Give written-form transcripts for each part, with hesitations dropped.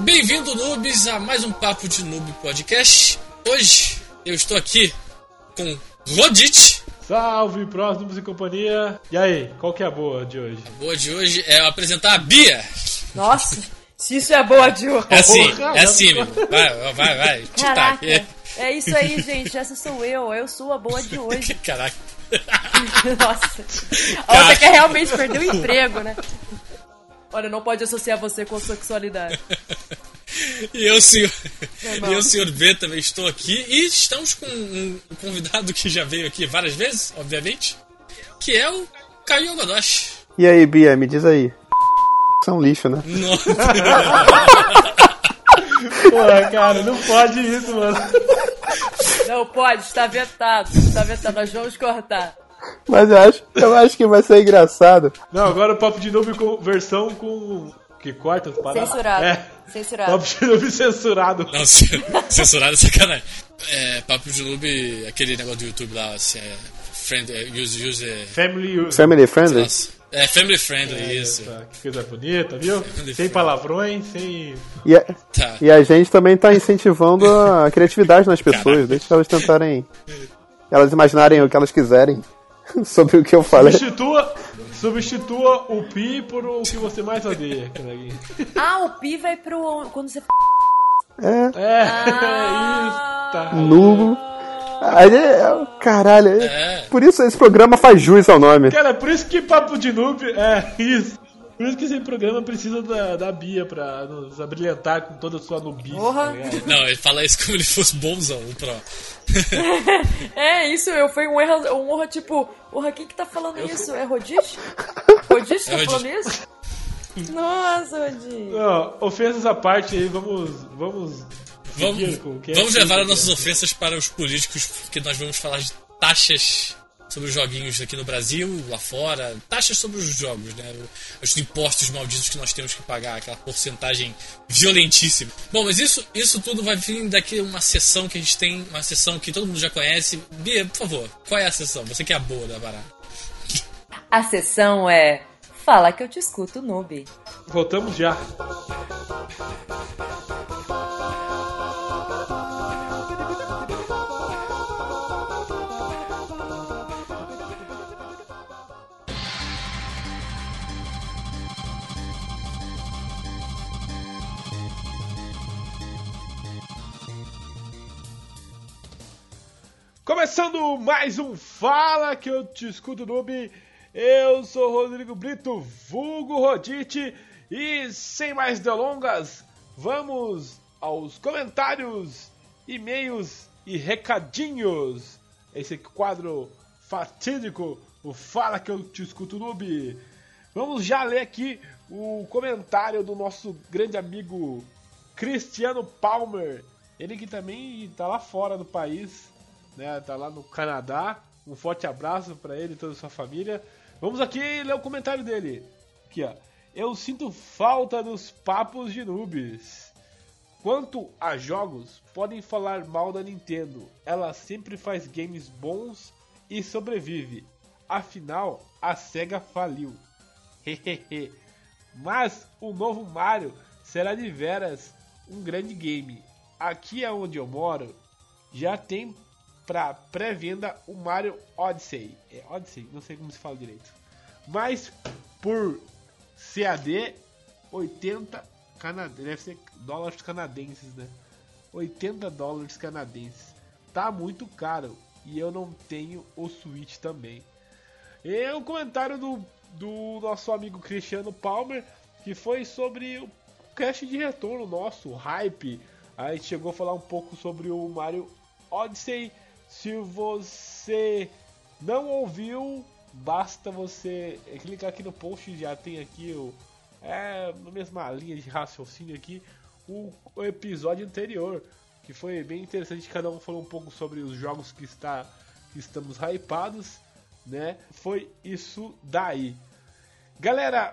Bem-vindo, noobs, a mais um Papo de Noob Podcast. Hoje eu estou aqui com Rodit. Salve, próximos e companhia. E aí, qual que é a boa de hoje? A boa de hoje é apresentar a Bia. Nossa, se isso é boa de hoje. É assim, vai. Caraca, é isso aí, gente, essa sou eu sou a boa de hoje. Caraca. Nossa, a outra quer realmente perder o emprego, né? Olha, não pode associar você com sexualidade. E eu, senhor B, também estou aqui. E estamos com um convidado que já veio aqui várias vezes, obviamente, que é o Caio Godoshi. E aí, Bia, me diz aí. São lixo, né? Nossa. Porra, cara, não pode isso, mano. Não pode, está vetado, nós vamos cortar. Mas eu acho que vai ser engraçado. Não, agora o Papo de Noob com versão com... que corta as paradas. Censurado. Papo de Noob censurado. Não, censurado é sacanagem. Papo de Noob, aquele negócio do YouTube lá, Family use. Family friendly? Nossa. Family friendly, isso. Que coisa bonita, viu? Sem palavrões, sem... E a gente também tá incentivando a criatividade nas pessoas. Deixa elas tentarem... Elas imaginarem o que elas quiserem sobre o que eu falei. Substitua o pi por o que você mais odeia. Ah, o pi vai pro... quando você... Eita. Nulo. Caralho. Por isso esse programa faz jus ao nome. Cara, por isso que Papo de Noob é isso. Por isso que esse programa precisa da Bia pra nos abrilhantar com toda a sua nubice. Porra. Tá, não, ele fala isso como ele fosse bonzão, o Pro. Isso, foi um erro tipo... Porra, quem que tá falando isso? É Rodite? Rodite tá falando isso? Nossa, Rodite. Ofensas à parte aí, vamos levar as nossas ofensas para os políticos, porque nós vamos falar de taxas sobre os joguinhos aqui no Brasil, lá fora, taxas sobre os jogos, né? Os impostos malditos que nós temos que pagar, aquela porcentagem violentíssima. Bom, mas isso tudo vai vir daqui uma sessão que a gente tem, uma sessão que todo mundo já conhece. Bia, por favor, qual é a sessão? Você que é a boa da barata. A sessão é Fala que eu te escuto, noob. Voltamos já. Começando mais um Fala que eu te escuto, noob. Eu sou Rodrigo Brito, vulgo Rodite, e sem mais delongas, vamos aos comentários, e-mails e recadinhos. Esse quadro fatídico, o Fala que eu te escuto, noob. Vamos já ler aqui o comentário do nosso grande amigo Cristiano Palmer. Ele que também tá lá fora do país, né? Tá lá no Canadá. Um forte abraço para ele e toda a sua família. Vamos aqui ler o comentário dele. Aqui, ó. Eu sinto falta dos papos de noobs. Quanto a jogos, podem falar mal da Nintendo. Ela sempre faz games bons e sobrevive. Afinal, a SEGA faliu. Hehehe. Mas o novo Mario será de veras um grande game. Aqui é onde eu moro, já tem para pré-venda o Mario Odyssey. É Odyssey? Não sei como se fala direito. Mas por CAD 80 deve ser dólares canadenses, né? 80 dólares canadenses. Tá muito caro e eu não tenho o Switch também. E o comentário do nosso amigo Cristiano Palmer, que foi sobre o cast de retorno nosso, o hype. A gente chegou a falar um pouco sobre o Mario Odyssey. Se você não ouviu, basta você clicar aqui no post, já tem aqui na mesma linha de raciocínio aqui, o episódio anterior, que foi bem interessante. Cada um falou um pouco sobre os jogos que estamos hypados, né? Foi isso daí. Galera,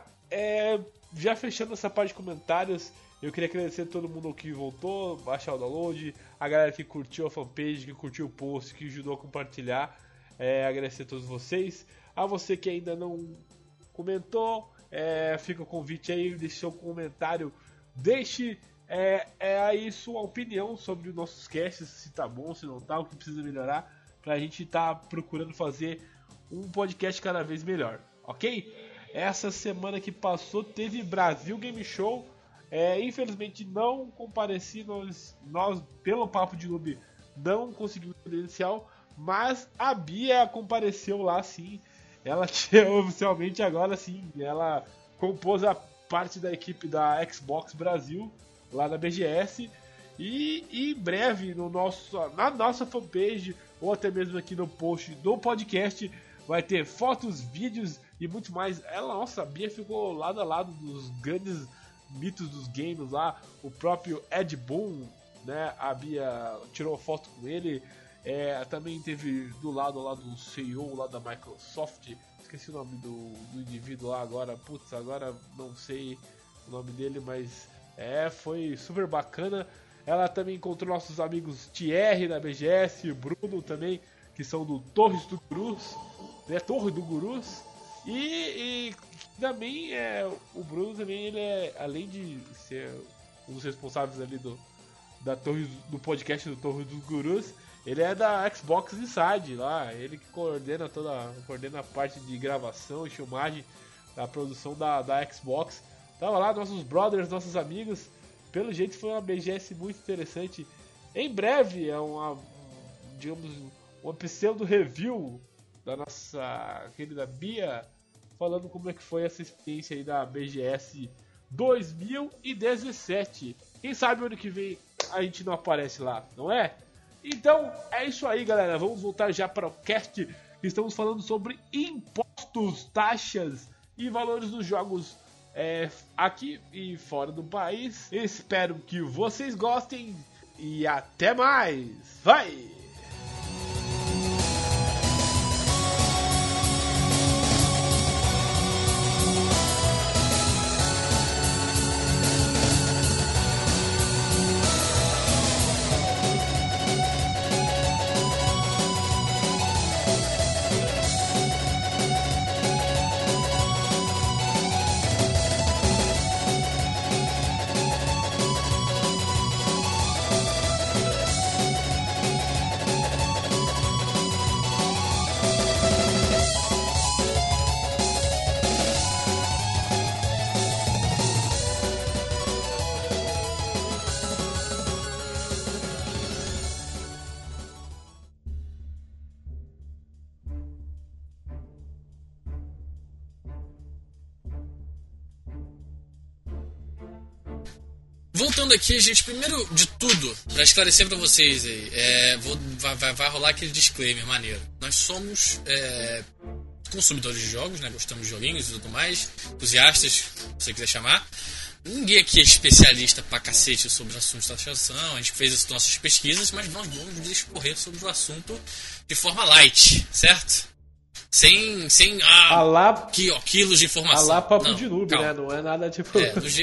já fechando essa parte de comentários, eu queria agradecer a todo mundo que voltou, baixar o download, a galera que curtiu a fanpage, que curtiu o post, que ajudou a compartilhar. Agradecer a todos vocês. A você que ainda não comentou, fica o convite aí, deixe seu comentário, deixe é aí sua opinião sobre os nossos casts, se tá bom, se não tá, o que precisa melhorar, pra gente tá procurando fazer um podcast cada vez melhor, ok? Essa semana que passou teve Brasil Game Show, infelizmente não compareci, nós pelo Papo de Noob não conseguimos credencial, mas a Bia compareceu lá sim, ela tinha oficialmente agora sim, ela compôs a parte da equipe da Xbox Brasil, lá na BGS, e em breve na nossa fanpage, ou até mesmo aqui no post do podcast, vai ter fotos, vídeos e muito mais. A Bia ficou lado a lado dos grandes mitos dos games lá, o próprio Ed Boon, né? A Bia tirou foto com ele, também teve do lado lá do CEO lá da Microsoft, esqueci o nome do indivíduo lá agora, agora não sei o nome dele, mas foi super bacana. Ela também encontrou nossos amigos Thierry da BGS, o Bruno também, que são do Torres do Gurus, né? Torre do Gurus. E também o Bruno também, ele além de ser um dos responsáveis ali da Torre do podcast do Torre dos Gurus, ele é da Xbox Inside lá, ele que coordena a parte de gravação e filmagem da produção da Xbox. Tava lá, nossos brothers, nossos amigos. Pelo jeito foi uma BGS muito interessante. Em breve é uma pseudo review da nossa querida Bia, falando como é que foi essa experiência aí da BGS 2017. Quem sabe ano que vem a gente não aparece lá, não é? Então é isso aí, galera. Vamos voltar já para o cast. Estamos falando sobre impostos, taxas e valores dos jogos aqui e fora do país. Espero que vocês gostem e até mais. Vai! Voltando aqui, gente, primeiro de tudo, para esclarecer para vocês aí, vai rolar aquele disclaimer maneiro. Nós somos consumidores de jogos, né? Gostamos de joguinhos e tudo mais, entusiastas, se você quiser chamar. Ninguém aqui é especialista pra cacete sobre assuntos de taxação, a gente fez as nossas pesquisas, mas nós vamos discorrer sobre o assunto de forma light, certo? Sem quilos de informação. A lá papo de noob, né? Não é nada tipo...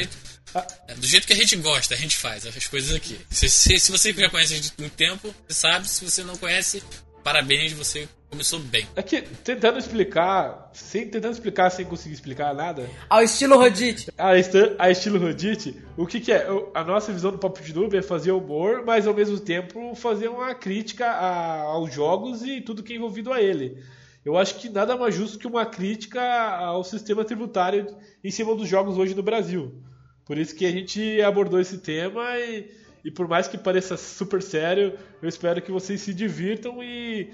do jeito que a gente gosta, a gente faz as coisas aqui. Se você já conhece a gente há muito tempo, você sabe. Se você não conhece, parabéns, você começou bem. Aqui, tentando explicar sem conseguir explicar nada. Ao estilo Rodite. A estilo Rodite, o que é? A nossa visão do Papo de Noob é fazer humor, mas ao mesmo tempo fazer uma crítica aos jogos e tudo que é envolvido a ele. Eu acho que nada mais justo que uma crítica ao sistema tributário em cima dos jogos hoje no Brasil. Por isso que a gente abordou esse tema e por mais que pareça super sério, eu espero que vocês se divirtam e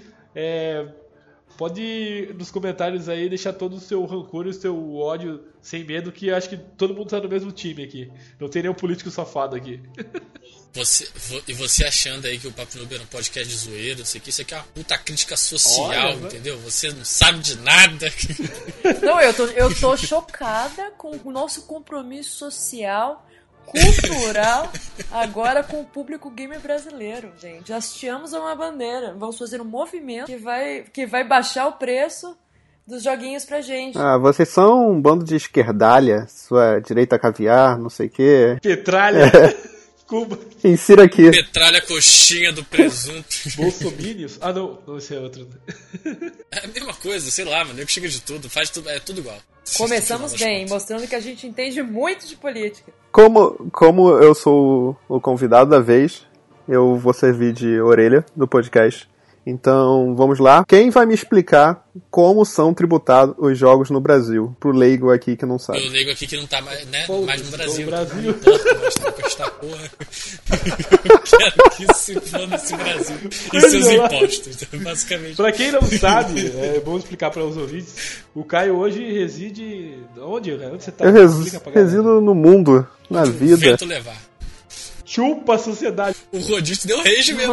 pode nos comentários aí deixar todo o seu rancor e o seu ódio sem medo, que eu acho que todo mundo tá no mesmo time aqui. Não tem nenhum político safado aqui. Você achando aí que o Papo Noob era um podcast de zoeiro, isso aqui é uma puta crítica social, entendeu? Você não sabe de nada. Não, eu tô chocada com o nosso compromisso social, cultural, agora com o público gamer brasileiro, gente. Hasteamos uma bandeira. Vamos fazer um movimento que vai baixar o preço dos joguinhos pra gente. Vocês são um bando de esquerdalha, sua direita caviar, não sei o quê. Petralha. Cuba. Insira aqui. Petralha, coxinha do presunto. Bolsominions? Não, esse é outro. É a mesma coisa, sei lá, mano. Eu que chega de tudo, faz tudo, é tudo igual. Começamos bem, mostrando que a gente entende muito de política. Como eu sou o convidado da vez, eu vou servir de orelha do podcast. Então, vamos lá. Quem vai me explicar como são tributados os jogos no Brasil? Pro leigo aqui que não sabe. O leigo aqui que não tá mais, né, mais no Brasil. No Brasil. Não importa, mas tá com esta porra. Quero que se foda esse Brasil e seus impostos, basicamente. Pra quem não sabe, vamos explicar para os ouvintes. O Caio hoje reside... Onde você tá? Eu resido no mundo, na vida. Vento levar. Chupa a sociedade. O Rodite deu rage mesmo.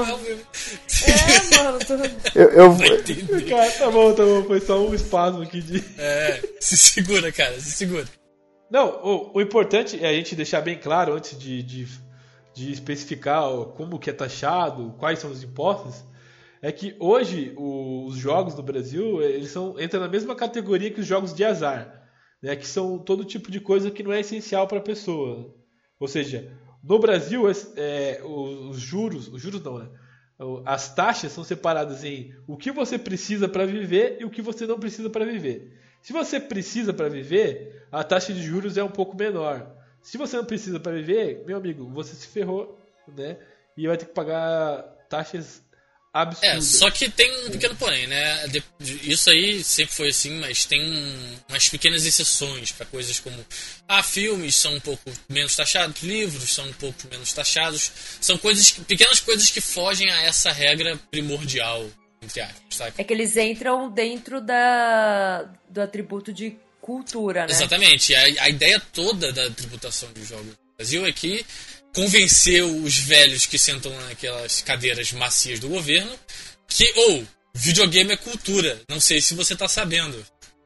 Mano. Vai entender. Cara, tá bom. Foi só um espasmo aqui de... Se segura, cara. Se segura. Não, o importante é a gente deixar bem claro, antes de especificar como que é taxado, quais são os impostos, é que hoje os jogos no Brasil, eles entram na mesma categoria que os jogos de azar, né, que são todo tipo de coisa que não é essencial para a pessoa. Ou seja... No Brasil, os juros não, né? As taxas são separadas em o que você precisa para viver e o que você não precisa para viver. Se você precisa para viver, a taxa de juros é um pouco menor. Se você não precisa para viver, meu amigo, você se ferrou, né? E vai ter que pagar taxas absurdas. Só que tem um pequeno porém, né? Isso aí sempre foi assim, mas tem umas pequenas exceções para coisas como filmes são um pouco menos taxados, livros são um pouco menos taxados, são pequenas coisas que fogem a essa regra primordial, entre aspas, sabe? É que eles entram dentro do atributo de cultura, né? Exatamente. A ideia toda da tributação de jogos no Brasil é que convenceu os velhos que sentam naquelas cadeiras macias do governo que, videogame é cultura. Não sei se você tá sabendo.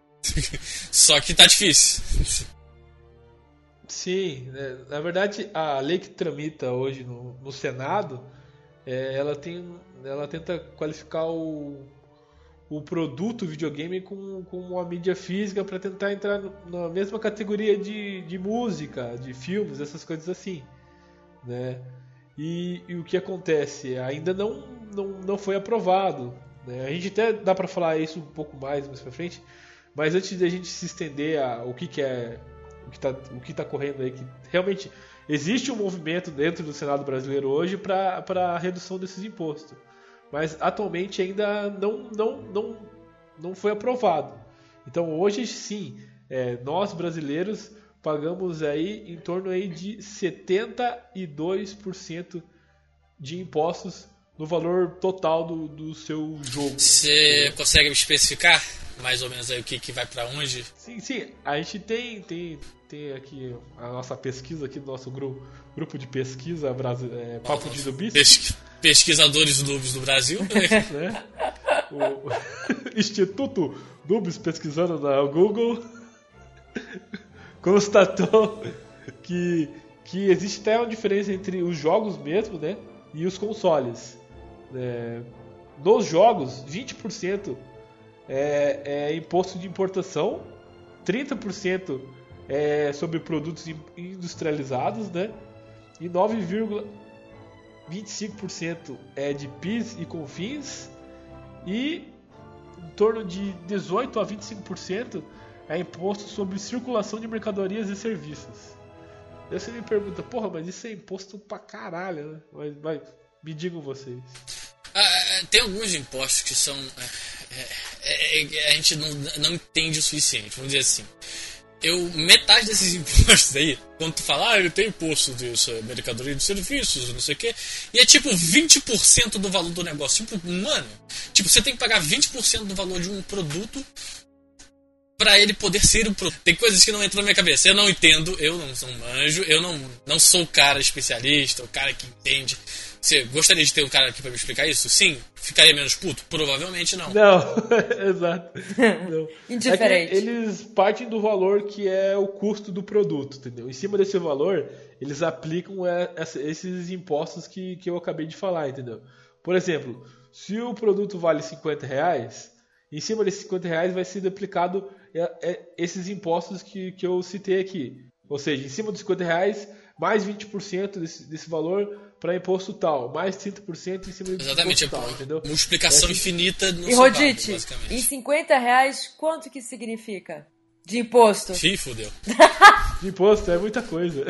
Só que tá difícil. Sim, na verdade a lei que tramita hoje no Senado, ela tenta qualificar o produto videogame com uma mídia física para tentar entrar na mesma categoria de música, de filmes, essas coisas assim, né? E o que acontece? Ainda não foi aprovado, né? A gente até dá para falar isso um pouco mais para frente, mas antes de a gente se estender o que está correndo aí, que realmente existe um movimento dentro do Senado brasileiro hoje para a redução desses impostos, mas atualmente ainda não foi aprovado. Então hoje sim, nós brasileiros pagamos aí em torno aí de 72% de impostos no valor total do seu jogo. Você consegue me especificar mais ou menos aí o que vai para onde? Sim, a gente tem aqui a nossa pesquisa aqui do nosso grupo de pesquisa Papo de Noobs. Pesquisadores noobs do Brasil. Né? O Instituto Noobs pesquisando na Google constatou que existe até uma diferença entre os jogos mesmo, né, e os consoles. Nos jogos, 20% é imposto de importação, 30% é sobre produtos industrializados, né, e 9,25% é de PIS e COFINS, e em torno de 18% a 25% é imposto sobre circulação de mercadorias e serviços. Aí você me pergunta, porra, mas isso é imposto pra caralho, né? Mas me digam vocês. Tem alguns impostos que são... a gente não entende o suficiente, vamos dizer assim. Metade desses impostos aí, quando tu fala, ele tem imposto de mercadoria de serviços, não sei o quê, e é tipo 20% do valor do negócio. Tipo, mano, você tem que pagar 20% do valor de um produto pra ele poder ser um produto. Tem coisas que não entram na minha cabeça. Eu não entendo, eu não sou um manjo, eu não sou o cara especialista, o cara que entende. Você gostaria de ter um cara aqui pra me explicar isso? Sim. Ficaria menos puto? Provavelmente não. Não, exato. Não. Indiferente. Eles partem do valor que é o custo do produto, entendeu? Em cima desse valor, eles aplicam esses impostos que eu acabei de falar, entendeu? Por exemplo, se o produto vale R$50, em cima desses R$50 vai ser aplicado esses impostos que eu citei aqui. Ou seja, em cima dos R$50, mais 20% desse valor para imposto tal, mais 30% em cima do exatamente, imposto tal, entendeu? Multiplicação infinita no E Rodite, em R$50, quanto que significa? De imposto. Ih, fudeu. De imposto é muita coisa.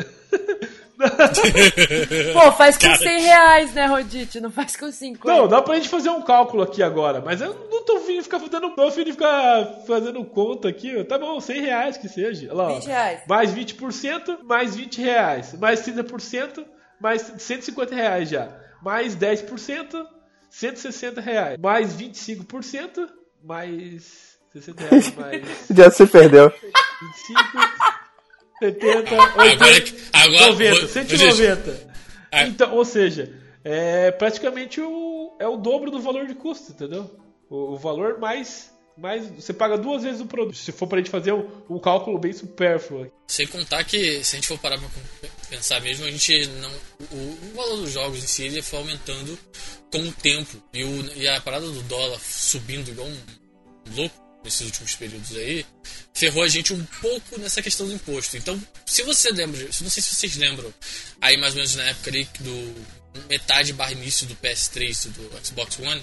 Pô, faz com R$100, né, Rodite? Não faz com 50. Não, dá pra gente fazer um cálculo aqui agora, mas eu não tô afim de ficar fazendo conta aqui. Tá bom, R$100 que seja. Olha lá, ó. R$20. Mais 20%, mais R$20. Mais 30%, mais R$150 já. Mais 10%, R$160. Mais 25%, mais R$60. Mais Já se perdeu. 25... 70, 80, agora 90, 190. Então, ou seja, é praticamente o dobro do valor de custo, entendeu? O valor mais você paga 2 vezes o produto. Se for pra gente fazer um cálculo bem supérfluo. Sem contar que, se a gente for parar pra pensar mesmo, a gente não. O valor dos jogos em si ele foi aumentando com o tempo. E a parada do dólar subindo igual um louco nesses últimos períodos aí, ferrou a gente um pouco nessa questão do imposto. Então, se você lembra, não sei se vocês lembram, aí mais ou menos na época ali do metade barra início do PS3 e do Xbox One,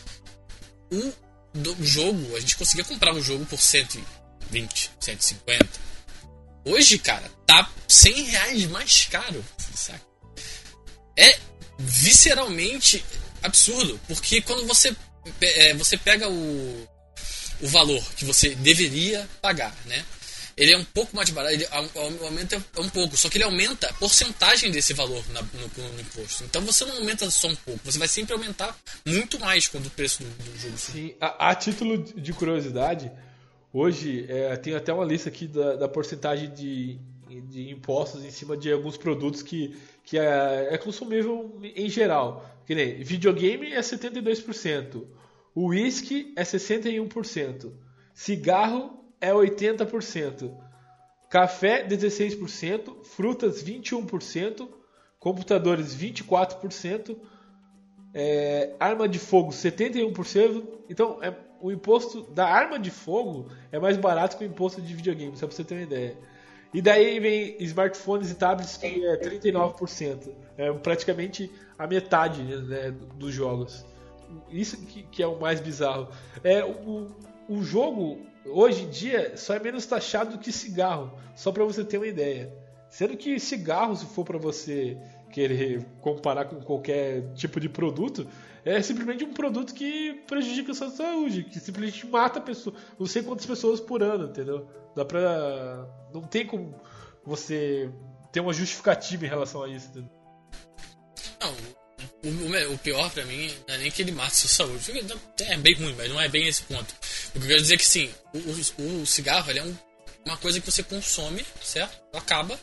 do jogo, a gente conseguia comprar um jogo por 120, 150. Hoje, cara, tá R$100 mais caro, saca? É visceralmente absurdo, porque quando você pega o valor que você deveria pagar, né? Ele é um pouco mais barato, ele aumenta um pouco, só que ele aumenta a porcentagem desse valor no imposto. Então você não aumenta só um pouco, você vai sempre aumentar muito mais quando o preço do jogo subir. Sim, a título de curiosidade, hoje tem até uma lista aqui da porcentagem de impostos em cima de alguns produtos que é consumível em geral. Que nem videogame é 72%. O uísque é 61%, cigarro é 80%, café 16%, frutas 21%, computadores 24%, arma de fogo 71%. Então, o imposto da arma de fogo é mais barato que o imposto de videogame, só pra você ter uma ideia. E daí vem smartphones e tablets, que é 39%. É praticamente a metade, né, dos jogos. Isso que é o mais bizarro. O jogo, hoje em dia, só é menos taxado do que cigarro. Só pra você ter uma ideia. Sendo que cigarro, se for pra você querer comparar com qualquer tipo de produto, é simplesmente um produto que prejudica a sua saúde, que simplesmente mata pessoas, não sei quantas pessoas por ano, entendeu? Não tem como você ter uma justificativa em relação a isso, entendeu? Não. O pior pra mim não é nem que ele mata a sua saúde. É bem ruim, mas não é bem esse ponto. O que eu quero dizer é que sim, o cigarro ele é uma coisa que você consome, certo? Acabou.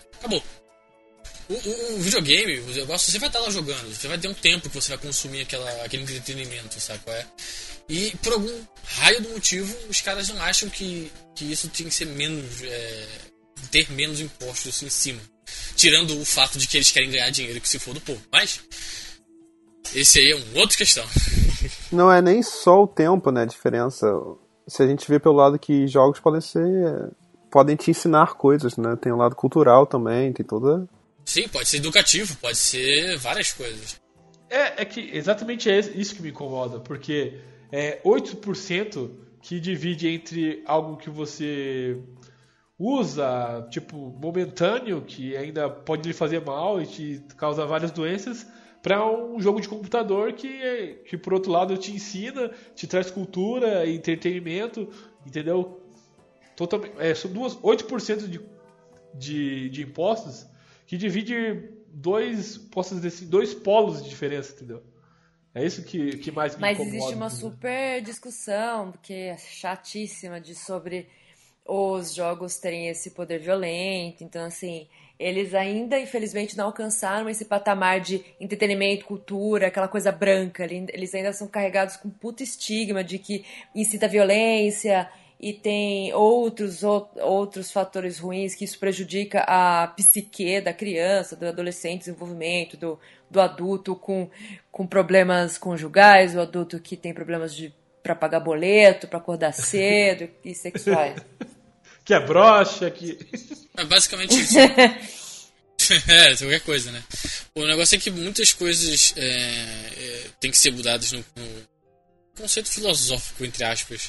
O videogame, o negócio, você vai estar lá jogando, você vai ter um tempo que você vai consumir aquele entretenimento, sabe qual é? E por algum raio do motivo, os caras não acham que isso tem que ser ter menos impostos em cima. Tirando o fato de que eles querem ganhar dinheiro que se for do povo. Mas esse aí é uma outra questão. Não é nem só o tempo, né, a diferença. Se a gente vê pelo lado que jogos podem te ensinar coisas, né? Tem o lado cultural também, tem toda... Sim, pode ser educativo, pode ser várias coisas. É que exatamente é isso que me incomoda, porque 8% que divide entre algo que você usa, tipo, momentâneo, que ainda pode lhe fazer mal e te causa várias doenças, para um jogo de computador que por outro lado te ensina, te traz cultura e entretenimento, entendeu? Totalmente, são 8% de impostos que divide dois polos de diferença, entendeu? É isso que mais me incomoda. Mas existe uma super discussão, que é chatíssima, sobre os jogos terem esse poder violento. Então, assim, eles ainda, infelizmente, não alcançaram esse patamar de entretenimento, cultura, aquela coisa branca. Eles ainda são carregados com puto estigma de que incita violência e tem outros fatores ruins que isso prejudica a psique da criança, do adolescente, desenvolvimento, do adulto com problemas conjugais, o adulto que tem problemas para pagar boleto, para acordar cedo e sexuais. Que é broxa, que... É basicamente isso. Qualquer coisa, né? O negócio é que muitas coisas têm que ser mudadas no conceito filosófico, entre aspas,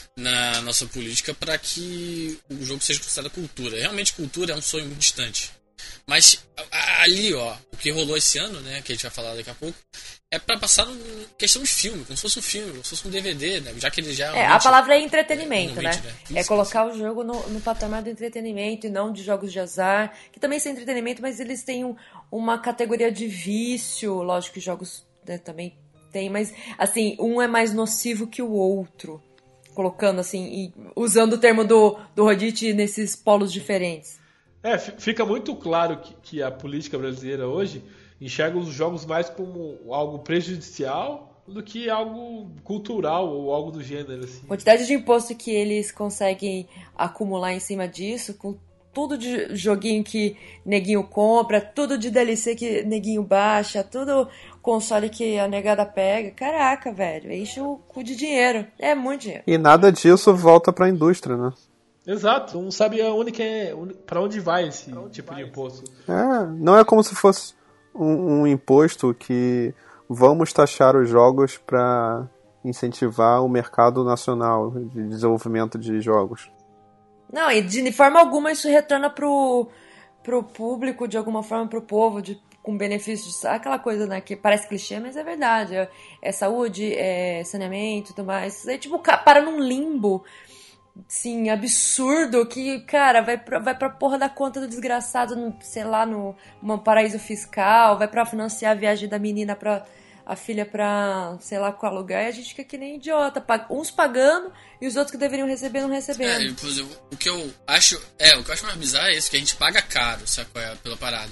na nossa política para que o jogo seja considerado cultura. Realmente cultura é um sonho muito distante. Mas ali, ó, o que rolou esse ano, né, que a gente vai falar daqui a pouco, é pra passar questão de filme, como se fosse um filme, como se fosse um DVD, né, já que ele já... a palavra é entretenimento, né? Isso, é colocar o jogo no patamar do entretenimento e não de jogos de azar, que também são entretenimento, mas eles têm uma categoria de vício, lógico que jogos, né, também tem, mas, assim, um é mais nocivo que o outro, colocando, assim, e usando o termo do Rodite nesses polos diferentes. Fica muito claro que a política brasileira hoje enxerga os jogos mais como algo prejudicial do que algo cultural ou algo do gênero. Assim. A quantidade de imposto que eles conseguem acumular em cima disso, com tudo de joguinho que neguinho compra, tudo de DLC que neguinho baixa, tudo console que a negada pega. Caraca, velho, enche o cu de dinheiro. É muito dinheiro. E nada disso volta pra indústria, né? Exato, não sabe para onde vai esse tipo de imposto. Não é como se fosse um imposto que vamos taxar os jogos para incentivar o mercado nacional de desenvolvimento de jogos. Não, e de forma alguma isso retorna pro público, de alguma forma pro povo, com benefícios, aquela coisa, né, que parece clichê, mas é verdade. É saúde, é saneamento e tudo mais. Aí, tipo, para num limbo, sim, absurdo, que, cara, vai pra porra da conta do desgraçado, sei lá, num paraíso fiscal, vai pra financiar a viagem da menina a filha pra, sei lá, qual lugar, e a gente fica que nem idiota, uns pagando e os outros que deveriam receber não recebendo. O que eu acho mais bizarro é isso, que a gente paga caro, sabe, pela parada.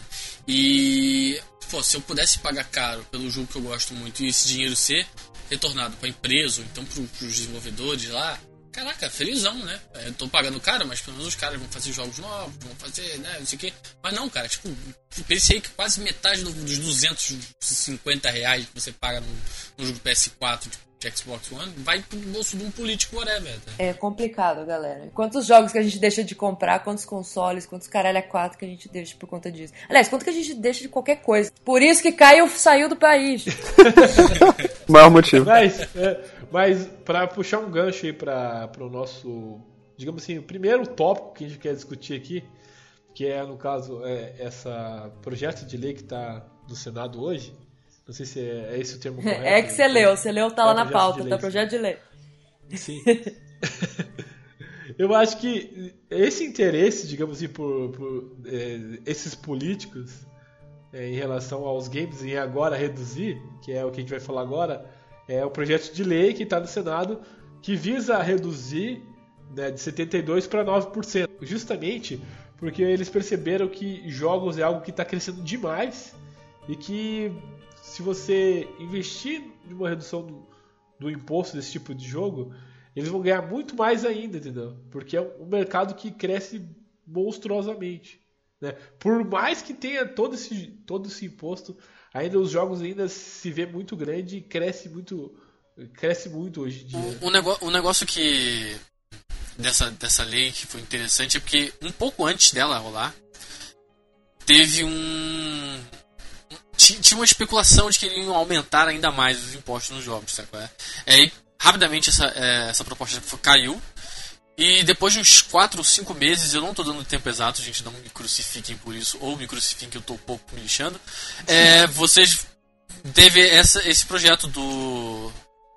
E, pô, se eu pudesse pagar caro pelo jogo que eu gosto muito e esse dinheiro ser retornado pra empresa, ou então pros desenvolvedores lá, caraca, felizão, né? Eu tô pagando caro, mas pelo menos os caras vão fazer jogos novos, vão fazer, né, não sei o quê. Mas não, cara, tipo, pensei aí que quase metade dos R$250 que você paga no jogo PS4 de Xbox One vai pro bolso de um político whatever. Tá? É complicado, galera. Quantos jogos que a gente deixa de comprar, quantos consoles, quantos caralho a 4 que a gente deixa por conta disso. Aliás, quanto que a gente deixa de qualquer coisa. Por isso que Caio saiu do país. Maior motivo. Mas para puxar um gancho aí para o nosso, digamos assim, o primeiro tópico que a gente quer discutir aqui, que é, no caso, essa projeto de lei que está no Senado hoje. Não sei se é esse o termo correto. É que você leu, tá lá na pauta, tá? Projeto de lei. Sim. Eu acho que esse interesse, digamos assim, por esses políticos em relação aos games e agora reduzir, que é o que a gente vai falar agora, é o projeto de lei que está no Senado que visa reduzir, né, de 72% para 9%. Justamente porque eles perceberam que jogos é algo que está crescendo demais e que se você investir em uma redução do imposto desse tipo de jogo, eles vão ganhar muito mais ainda, entendeu? Porque é um mercado que cresce monstruosamente, né? Por mais que tenha todo esse imposto, ainda os jogos ainda se vê muito grande e cresce muito hoje em dia. O negócio que dessa lei que foi interessante é porque um pouco antes dela rolar, teve tinha uma especulação de que iriam aumentar ainda mais os impostos nos jogos, sabe? Aí, rapidamente, essa proposta caiu. E depois de uns 4 ou 5 meses, eu não estou dando o tempo exato, gente, não me crucifiquem por isso, ou me crucifiquem que eu estou um pouco me lixando. Vocês teve esse projeto do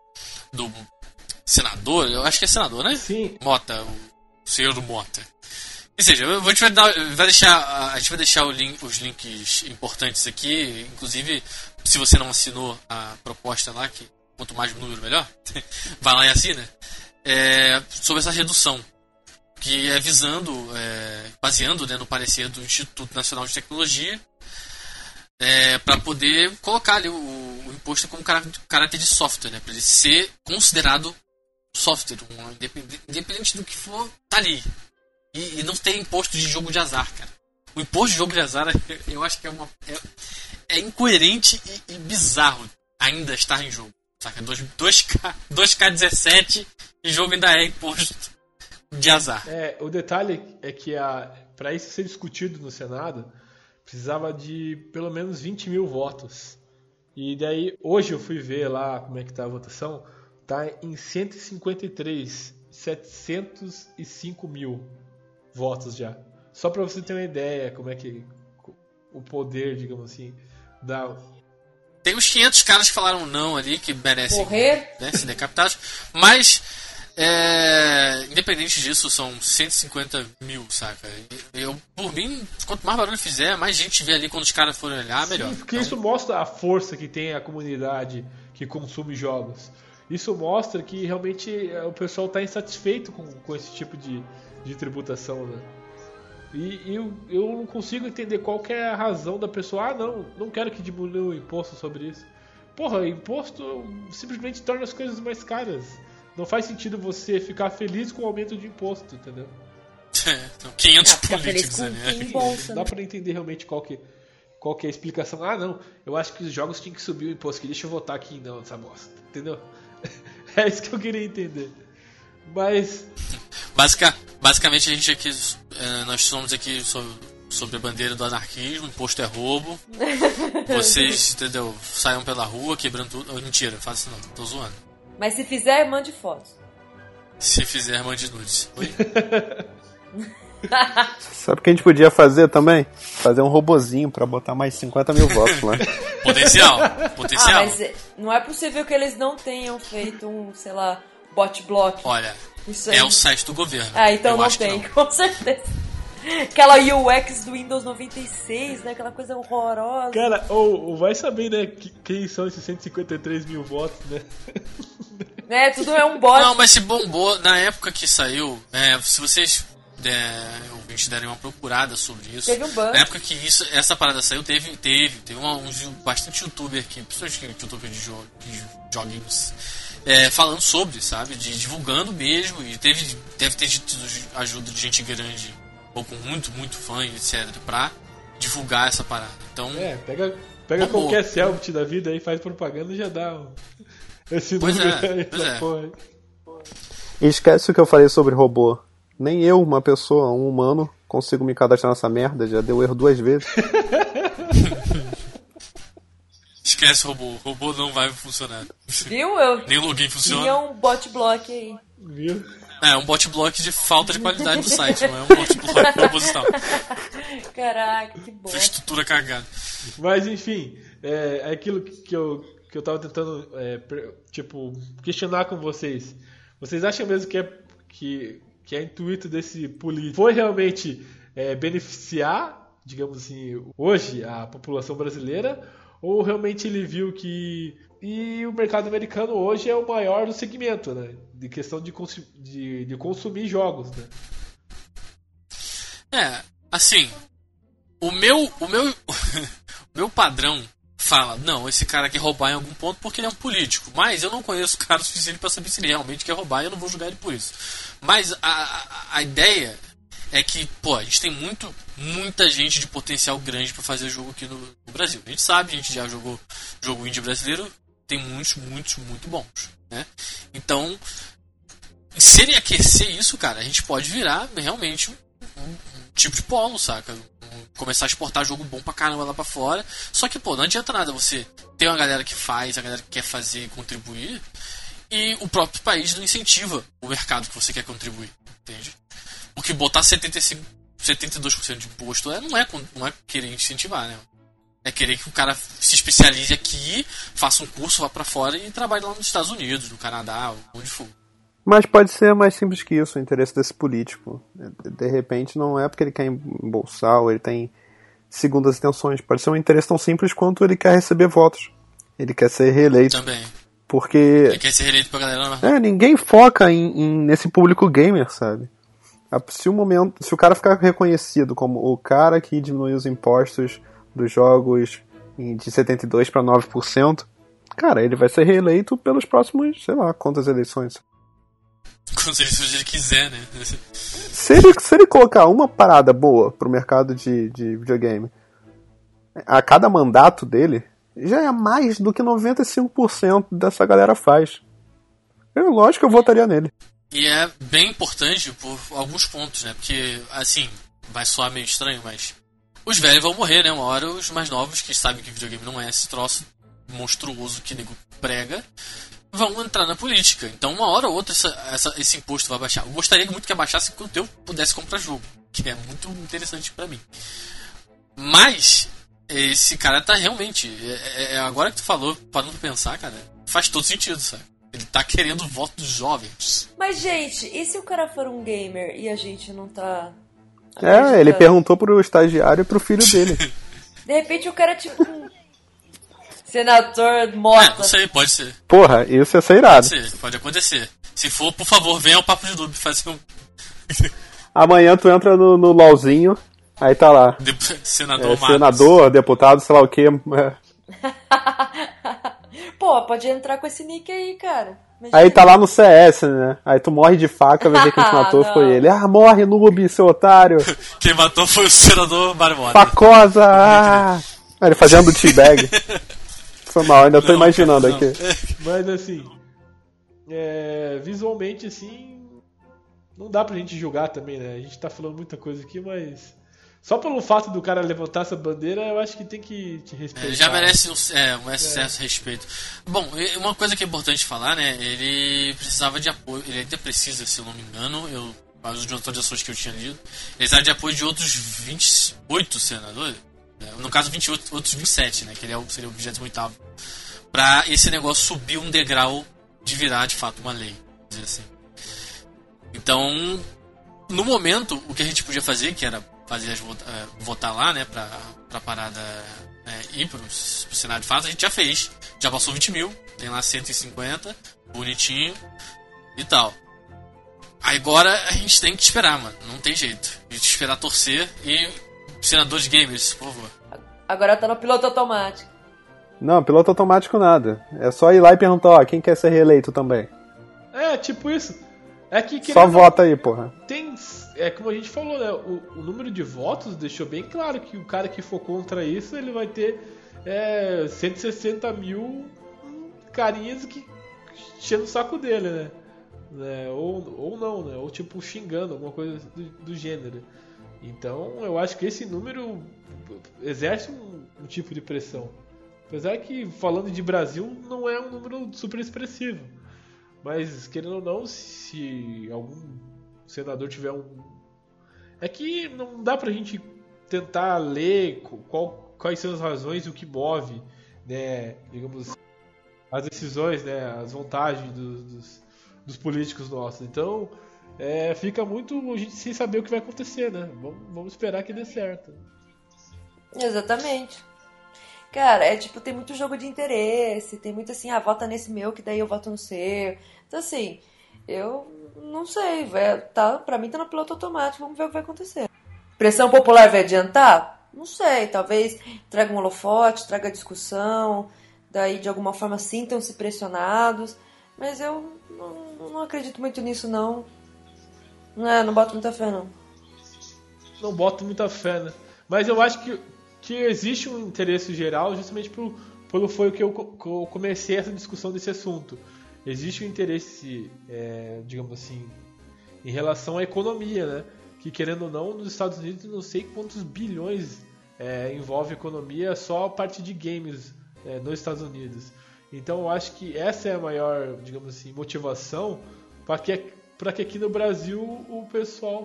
senador, eu acho que é senador, né? Sim. Mota, o senhor Mota. Ou seja, a gente vai deixar os links importantes aqui, inclusive, se você não assinou a proposta lá, que quanto mais número melhor, vai lá e assina, sobre essa redução, que é baseando, né, no parecer do Instituto Nacional de Tecnologia, para poder colocar ali o imposto como caráter de software, né, para ele ser considerado software, independente do que for, tá ali. E não tem imposto de jogo de azar, cara. O imposto de jogo de azar, eu acho que é incoerente e bizarro ainda estar em jogo. Saca? 2K17 e jogo ainda é imposto de azar. O detalhe é que para isso ser discutido no Senado, precisava de pelo menos 20 mil votos. E daí, hoje eu fui ver lá como é que tá a votação, tá em 153 705 mil votos já. Só pra você ter uma ideia como é que o poder, digamos assim, da... Tem uns 500 caras que falaram não ali, que merecem morrer, né, ser decapitados, mas independente disso, são 150 mil, saca? Eu, por mim, quanto mais barulho fizer, mais gente vê ali quando os caras forem olhar, melhor. Sim, porque isso mostra a força que tem a comunidade que consome jogos. Isso mostra que realmente o pessoal está insatisfeito com esse tipo de tributação, né? E eu não consigo entender qual que é a razão da pessoa. Não quero que diminua o imposto sobre isso. Porra, imposto simplesmente torna as coisas mais caras. Não faz sentido você ficar feliz com o aumento de imposto, entendeu? Então, 500 políticos ali. Não dá pra entender realmente qual que é a explicação. Não, eu acho que os jogos tinham que subir o imposto aqui. Deixa eu votar aqui não, essa bosta. Entendeu? É isso que eu queria entender. Mas... Basicamente a gente aqui, nós somos aqui sobre a bandeira do anarquismo, imposto é roubo. Vocês, entendeu? Saiam pela rua quebrando tudo. Oh, mentira, faça isso não, tô zoando. Mas se fizer, mande fotos. Se fizer, mande nudes. Oi? Sabe o que a gente podia fazer também? Fazer um robozinho pra botar mais 50 mil votos lá. Potencial. Mas não é possível que eles não tenham feito um, sei lá, bot block. Olha, é o site do governo. Então não tem, com certeza. Aquela UX do Windows 96, né? Aquela coisa horrorosa. Cara, vai saber, né? Quem são esses 153 mil votos, né? Tudo é um bot. Não, mas se bombou na época que saiu. Se vocês ouvintes derem uma procurada sobre isso. Teve um bug. Na época que essa parada saiu, teve bastante youtuber aqui, principalmente youtuber de joguinhos. Falando sobre, sabe? Divulgando mesmo. E deve ter tido ajuda de gente grande, ou com muito, muito fã, etc., pra divulgar essa parada. Então. Pega qualquer selfie da vida aí, faz propaganda e já dá esse número aí. Porra. E esquece o que eu falei sobre robô. Nem eu, uma pessoa, um humano, consigo me cadastrar nessa merda. Já deu erro 2 vezes. Esquece robô. Robô não vai funcionar. Viu? Nem o login funciona. Tinha um bot block aí. Viu? Um bot block de falta de qualidade do site. Não é um bot block proposital. Caraca, que bom. Estrutura cagada. Mas enfim, é aquilo que eu tava tentando questionar com vocês. Vocês acham mesmo que é intuito desse político foi realmente beneficiar, digamos assim, hoje a população brasileira, ou realmente ele viu que o mercado americano hoje é o maior do segmento, né? De questão de consumir jogos, né? Assim, o meu padrão fala, não, esse cara quer roubar em algum ponto porque ele é um político, mas eu não conheço o cara o suficiente pra saber se ele realmente quer roubar e eu não vou julgar ele por isso. Mas a ideia é que, a gente tem muita gente de potencial grande pra fazer jogo aqui no Brasil. A gente sabe, a gente já jogou jogo indie brasileiro, tem muitos, muito bons, né? Então, se ele aquecer isso, cara, a gente pode virar realmente um tipo de polo, saca? Começar a exportar jogo bom pra caramba lá pra fora. Só que, não adianta nada você ter uma galera que faz, a galera que quer fazer e contribuir, e o próprio país não incentiva o mercado que você quer contribuir, entende? Porque botar 72% de imposto não é querer incentivar, né? É querer que o cara se especialize aqui, faça um curso, vá pra fora e trabalhe lá nos Estados Unidos, no Canadá, onde for. Mas pode ser mais simples que isso, o interesse desse político. De repente não é porque ele quer embolsar ou ele tem segundas intenções. Pode ser um interesse tão simples quanto ele quer receber votos. Ele quer ser reeleito. Também. Porque... Ele quer ser reeleito pra galera. Ninguém foca nesse público gamer, sabe? Se o cara ficar reconhecido como o cara que diminuiu os impostos dos jogos de 72% para 9%, cara, ele vai ser reeleito pelos próximos, sei lá, quantas eleições. Quantas eleições ele quiser, né? Se ele colocar uma parada boa pro mercado de videogame a cada mandato dele, já é mais do que 95% dessa galera faz. Lógico que eu votaria nele. E é bem importante por alguns pontos, né? Porque, assim, vai soar meio estranho, mas os velhos vão morrer, né? Uma hora os mais novos, que sabem que videogame não é esse troço, monstruoso que nego prega, vão entrar na política. Então, uma hora ou outra, esse imposto vai baixar. Eu gostaria muito que abaixasse enquanto eu pudesse comprar jogo, que é muito interessante pra mim. Mas, esse cara tá realmente... agora que tu falou, parando pra pensar, cara, faz todo sentido, sabe? Ele tá querendo o voto dos jovens. Mas, gente, e se o cara for um gamer e a gente não tá... Ele perguntou pro estagiário e pro filho dele. De repente o cara é tipo um senador Mota. Não sei, pode ser. Porra, isso ia ser irado. Pode acontecer. Se for, por favor, venha ao Papo de Noob fazer um... Amanhã tu entra no LOLzinho, aí tá lá. Senador, deputado, sei lá o quê. Pô, pode entrar com esse nick aí, cara. Imagina. Aí tá lá no CS, né? Aí tu morre de faca, vai ver quem te matou foi ele. Morre, noob, seu otário. Quem matou foi o senador Marmota. Facosa! Ele fazendo teabag. Foi mal, ainda tô imaginando aqui. Mas assim, visualmente assim, não dá pra gente julgar também, né? A gente tá falando muita coisa aqui, mas... Só pelo fato do cara levantar essa bandeira, eu acho que tem que te respeitar. Já merece um excesso de respeito. Bom, uma coisa que é importante falar, né? Ele precisava de apoio, ele ainda precisa, se eu não me engano, as atualizações que eu tinha lido, ele precisava de apoio de outros 28 senadores, no caso 28, outros 27, né? Que ele seria o 28º, pra esse negócio subir um degrau de virar, de fato, uma lei, dizer assim. Então, no momento, o que a gente podia fazer, que era votar lá, né, pra parada ir pro Senado de fato, a gente já fez. Já passou 20 mil, tem lá 150, bonitinho e tal. Agora a gente tem que esperar, mano, não tem jeito. A gente esperar torcer e senadores gamers, por favor. Agora tá no piloto automático. Não, piloto automático nada. É só ir lá e perguntar, quem quer ser reeleito também. Tipo isso. Que só vota aí, porra. Como a gente falou, né? O número de votos deixou bem claro que o cara que for contra isso, ele vai ter 160 mil carinhas que enchendo o saco dele, né? Ou não, né? Ou tipo xingando, alguma coisa do gênero. Então eu acho que esse número exerce um tipo de pressão. Apesar que, falando de Brasil, não é um número super expressivo. Mas, querendo ou não, se algum senador tiver É que não dá pra gente tentar ler quais são as razões e o que move, né, digamos, as decisões, né, as vantagens dos políticos nossos. Então, fica muito a gente sem saber o que vai acontecer, né? Vamos esperar que dê certo. Exatamente. Cara, tem muito jogo de interesse, tem muito assim, vota nesse meu, que daí eu voto no seu. Então assim, eu não sei, pra mim tá no piloto automático, vamos ver o que vai acontecer. Pressão popular vai adiantar? Não sei, talvez traga um holofote, traga discussão, daí de alguma forma sintam-se pressionados, mas eu não acredito muito nisso não. Não boto muita fé não. Não boto muita fé, né? Mas eu acho que existe um interesse geral justamente foi o que eu comecei essa discussão desse assunto. Existe um interesse, digamos assim, em relação à economia, né? Que, querendo ou não, nos Estados Unidos não sei quantos bilhões envolve economia só a parte de games nos Estados Unidos. Então eu acho que essa é a maior, digamos assim, motivação para que aqui no Brasil o pessoal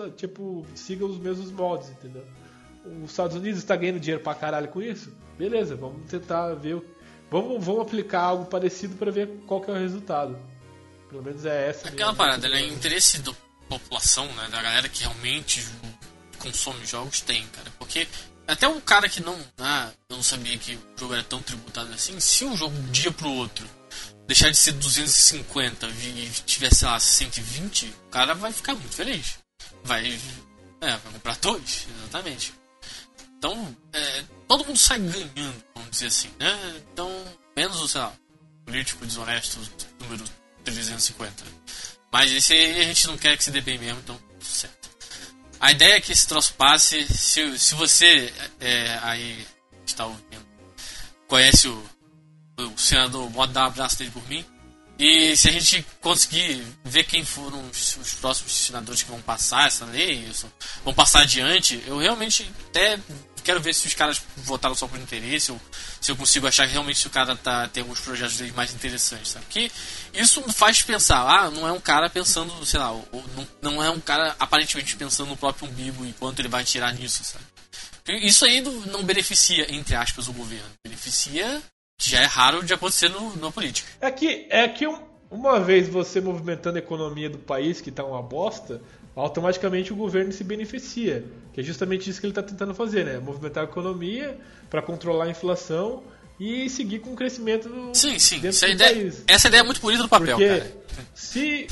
siga os mesmos moldes, entendeu? Os Estados Unidos está ganhando dinheiro pra caralho com isso? Beleza, vamos tentar ver. Vamos aplicar algo parecido para ver qual que é o resultado. Pelo menos é essa. Aquela parada, é interesse da população, né? Da galera que realmente consome jogos, tem, cara. Porque até um cara que eu não sabia que o jogo era tão tributado assim, se um jogo de um dia pro outro deixar de ser 250 e tiver, sei lá, 120, o cara vai ficar muito feliz. Vai comprar dois, exatamente. Então, todo mundo sai ganhando, vamos dizer assim, né? Então, menos, sei lá, político desonesto número 350. Mas esse aí a gente não quer que se dê bem mesmo, então, certo. A ideia é que esse troço passe. Se você aí está ouvindo, conhece o senador, pode dar um abraço dele por mim. E se a gente conseguir ver quem foram os próximos senadores que vão passar essa lei, vão passar adiante, eu realmente até quero ver se os caras votaram só por interesse ou se eu consigo achar que realmente o cara tem alguns projetos dele mais interessantes, sabe? Porque isso me faz pensar, não é um cara pensando, sei lá, não é um cara aparentemente pensando no próprio umbigo e quanto ele vai tirar nisso, sabe? Porque isso aí não beneficia, entre aspas, o governo. Beneficia, que já é raro de acontecer na política. É que uma vez você movimentando a economia do país, que tá uma bosta, automaticamente o governo se beneficia. Que é justamente isso que ele está tentando fazer, né? Movimentar a economia para controlar a inflação e seguir com o crescimento dentro do país. Essa ideia é muito bonita no papel, porque cara. Sim,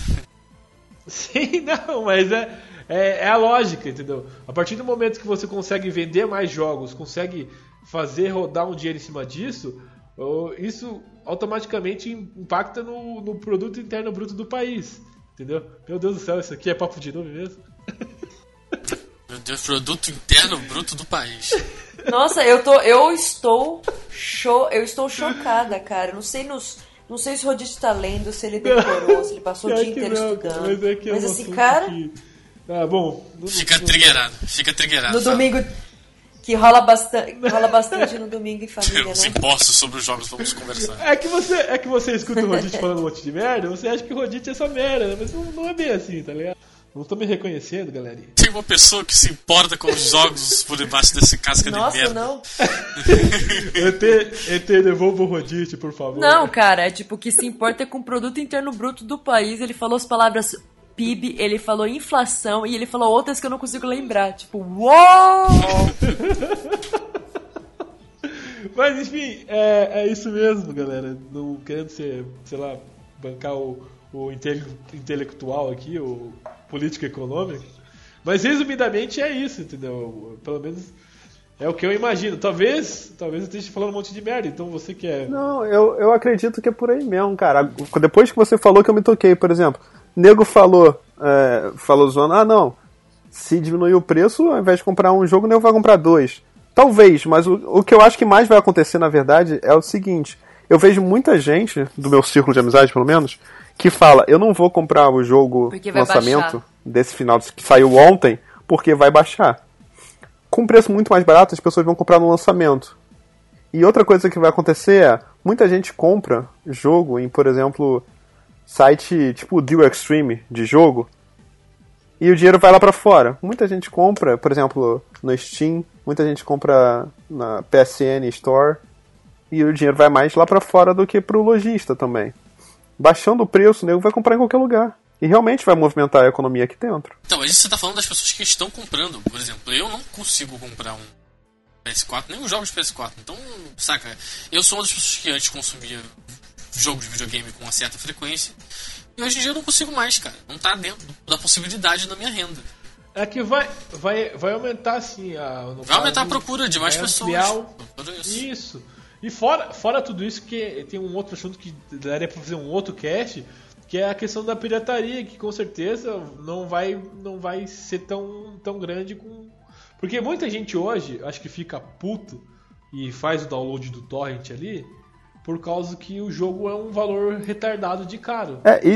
não, mas é a lógica, entendeu? A partir do momento que você consegue vender mais jogos, consegue fazer rodar um dinheiro em cima disso, isso automaticamente impacta no produto interno bruto do país, entendeu? Meu Deus do céu, isso aqui é papo de novo mesmo? Meu Deus, produto interno bruto do país. Nossa, eu estou chocada, cara. Não sei se o Rodite tá lendo, se ele decorou, se ele passou o dia inteiro estudando. Mas esse cara... bom... Fica triggerado. No domingo... Que rola bastante no domingo em família, né? Os impostos sobre os jogos, vamos conversar. É que você escuta o Rodite falando um monte de merda, você acha que o Rodite é só merda, né? Mas não é bem assim, tá ligado? Não tô me reconhecendo, galerinha. Tem uma pessoa que se importa com os jogos por debaixo desse casca de merda. Nossa, não. ET, devolva o Rodite, por favor. Não, cara, é tipo, que se importa com o produto interno bruto do país. Ele falou as palavras PIB, ele falou inflação e ele falou outras que eu não consigo lembrar. Tipo, uou! Mas enfim, é isso mesmo, galera. Não querendo ser, sei lá, bancar o intelectual aqui, o político econômico. Mas resumidamente é isso, entendeu? Pelo menos é o que eu imagino. Talvez eu esteja falando um monte de merda, então você que é... Não, eu acredito que é por aí mesmo, cara. Depois que você falou que eu me toquei, por exemplo, nego falou zoando, não, se diminuir o preço, ao invés de comprar um jogo, o nego vai comprar 2. Talvez, mas o que eu acho que mais vai acontecer, na verdade, é o seguinte: eu vejo muita gente, do meu círculo de amizade pelo menos, que fala, eu não vou comprar o jogo lançamento desse final que saiu ontem, porque vai baixar. Com um preço muito mais barato, as pessoas vão comprar no lançamento. E outra coisa que vai acontecer é, muita gente compra jogo em, por exemplo, site tipo o Deal Extreme de jogo, e o dinheiro vai lá pra fora. Muita gente compra, por exemplo, no Steam, muita gente compra na PSN Store, e o dinheiro vai mais lá pra fora do que pro lojista também. Baixando o preço, o nego vai comprar em qualquer lugar. E realmente vai movimentar a economia aqui dentro. Então, mas isso você tá falando das pessoas que estão comprando. Por exemplo, eu não consigo comprar um PS4, nem os jogos de PS4. Então, saca, eu sou uma das pessoas que antes consumia jogos de videogame com uma certa frequência. E hoje em dia eu não consigo mais, cara. Não tá dentro da possibilidade da minha renda. É que vai aumentar, assim... Vai aumentar a procura de mais pessoas. Isso. E fora tudo isso, que tem um outro assunto que daria pra fazer um outro cast, que é a questão da pirataria, que com certeza não vai ser tão grande com... Porque muita gente hoje, acho que fica puto e faz o download do torrent ali, por causa que o jogo é um valor retardado de caro.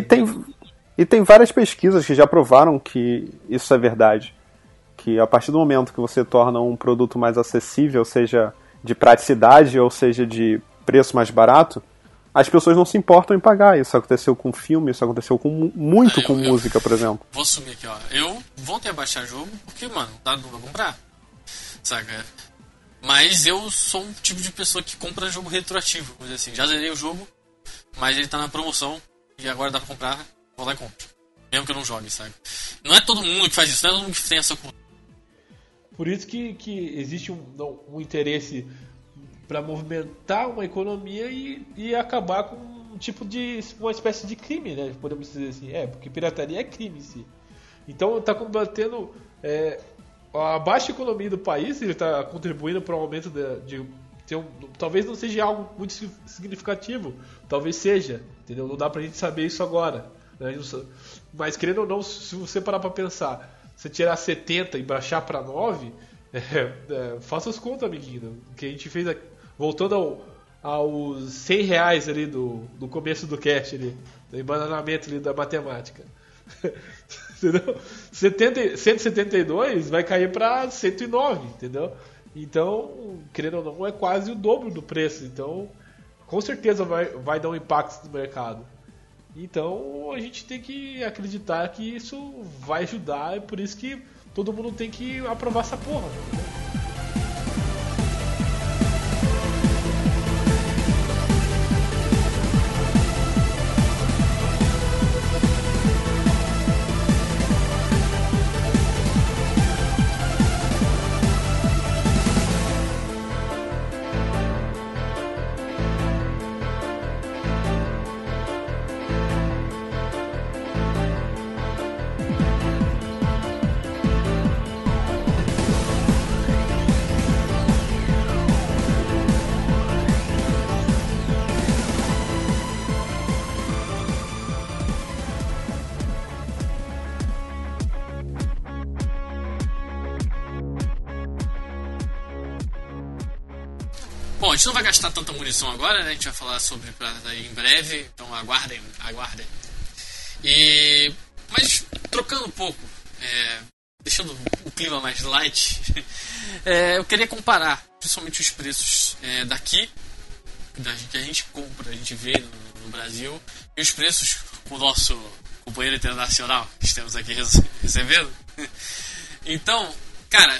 E tem várias pesquisas que já provaram que isso é verdade. Que a partir do momento que você torna um produto mais acessível, seja de praticidade ou seja de preço mais barato, as pessoas não se importam em pagar. Isso aconteceu com filme, isso aconteceu com música, por exemplo. Vou assumir aqui, ó. Eu voltei a baixar jogo porque, mano, não vou comprar. Saca? Mas eu sou um tipo de pessoa que compra jogo retroativo. Vamos dizer assim, já zerei o jogo, mas ele tá na promoção e agora dá pra comprar, vou lá e compro. Mesmo que eu não jogue, sabe? Não é todo mundo que faz isso, não é todo mundo que tem essa cultura. Por isso que existe um interesse para movimentar uma economia e acabar com um tipo de... uma espécie de crime, né? Podemos dizer assim. Porque pirataria é crime em si. Então está combatendo a baixa economia do país, ele está contribuindo para o aumento talvez não seja algo muito significativo, talvez seja, entendeu? Não dá pra gente saber isso agora, né? Mas querendo ou não, se você parar para pensar, você tirar 70 e baixar para 9, faça as contas, amiguinho, que a gente fez aqui, voltando aos 100 reais ali do começo do cast ali, do embananamento ali da matemática. Entendeu? 172 vai cair para 109, entendeu? Então, querendo ou não, é quase o dobro do preço. Então, com certeza vai dar um impacto no mercado. Então, a gente tem que acreditar que isso vai ajudar. É por isso que todo mundo tem que aprovar essa porra. Bom, a gente não vai gastar tanta munição agora, né? A gente vai falar sobre em breve, então aguardem. Mas trocando um pouco, deixando o clima mais light, eu queria comparar principalmente os preços daqui, que a gente compra, a gente vê no Brasil, e os preços com o nosso companheiro internacional que estamos aqui recebendo. Então, cara,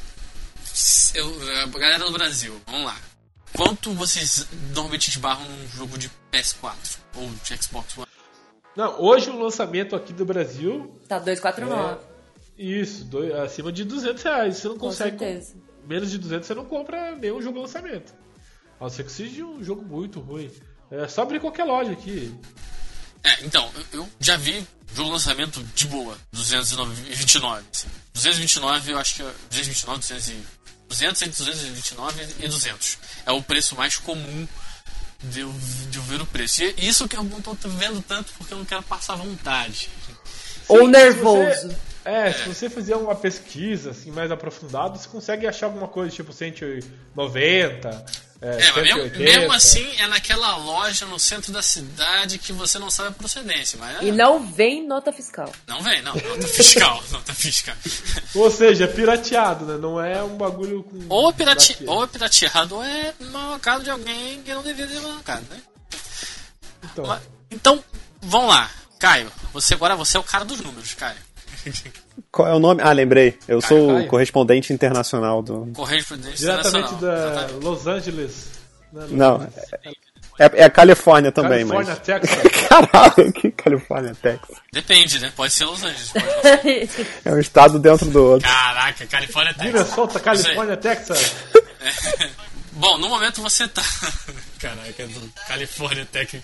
a galera do Brasil, vamos lá. Quanto vocês normalmente esbarram num jogo de PS4 ou de Xbox One? Não, hoje o lançamento aqui do Brasil... Tá 249. Isso, acima de R$200. Você não consegue... Com certeza. Menos de 200 você não compra nenhum jogo de lançamento. A não ser que seja um jogo muito ruim. É só abrir qualquer loja aqui. Então, eu já vi jogo de lançamento de boa, 229. Assim. 229, eu acho que é 229, 200, 229 e 200. É o preço mais comum de eu ver o preço. E isso que eu não tô vendo tanto porque eu não quero passar vontade. Ou nervoso. Se você fizer uma pesquisa assim, mais aprofundada, você consegue achar alguma coisa tipo 190, 180. Mas mesmo assim é naquela loja no centro da cidade que você não sabe a procedência. Mas E não vem nota fiscal. Não vem, não. Nota fiscal. Ou seja, é pirateado, né? Não é um bagulho com... Ou é pirateado ou é marcado de alguém que não deveria ter marcado, né? Então, vamos lá. Caio, você é o cara dos números, Caio. Qual é o nome? Ah, lembrei. Eu sou o correspondente internacional do... Correspondente diretamente internacional. da Los Angeles. Né? Não, é Califórnia também, Califórnia, mas... Texas. Caralho, que Califórnia, Texas. Depende, né? Pode ser Los Angeles. É um estado dentro do outro. Caraca, Califórnia, Texas. Minnesota, Califórnia, Texas. Bom, no momento você tá... Caraca, do Califórnia, Texas.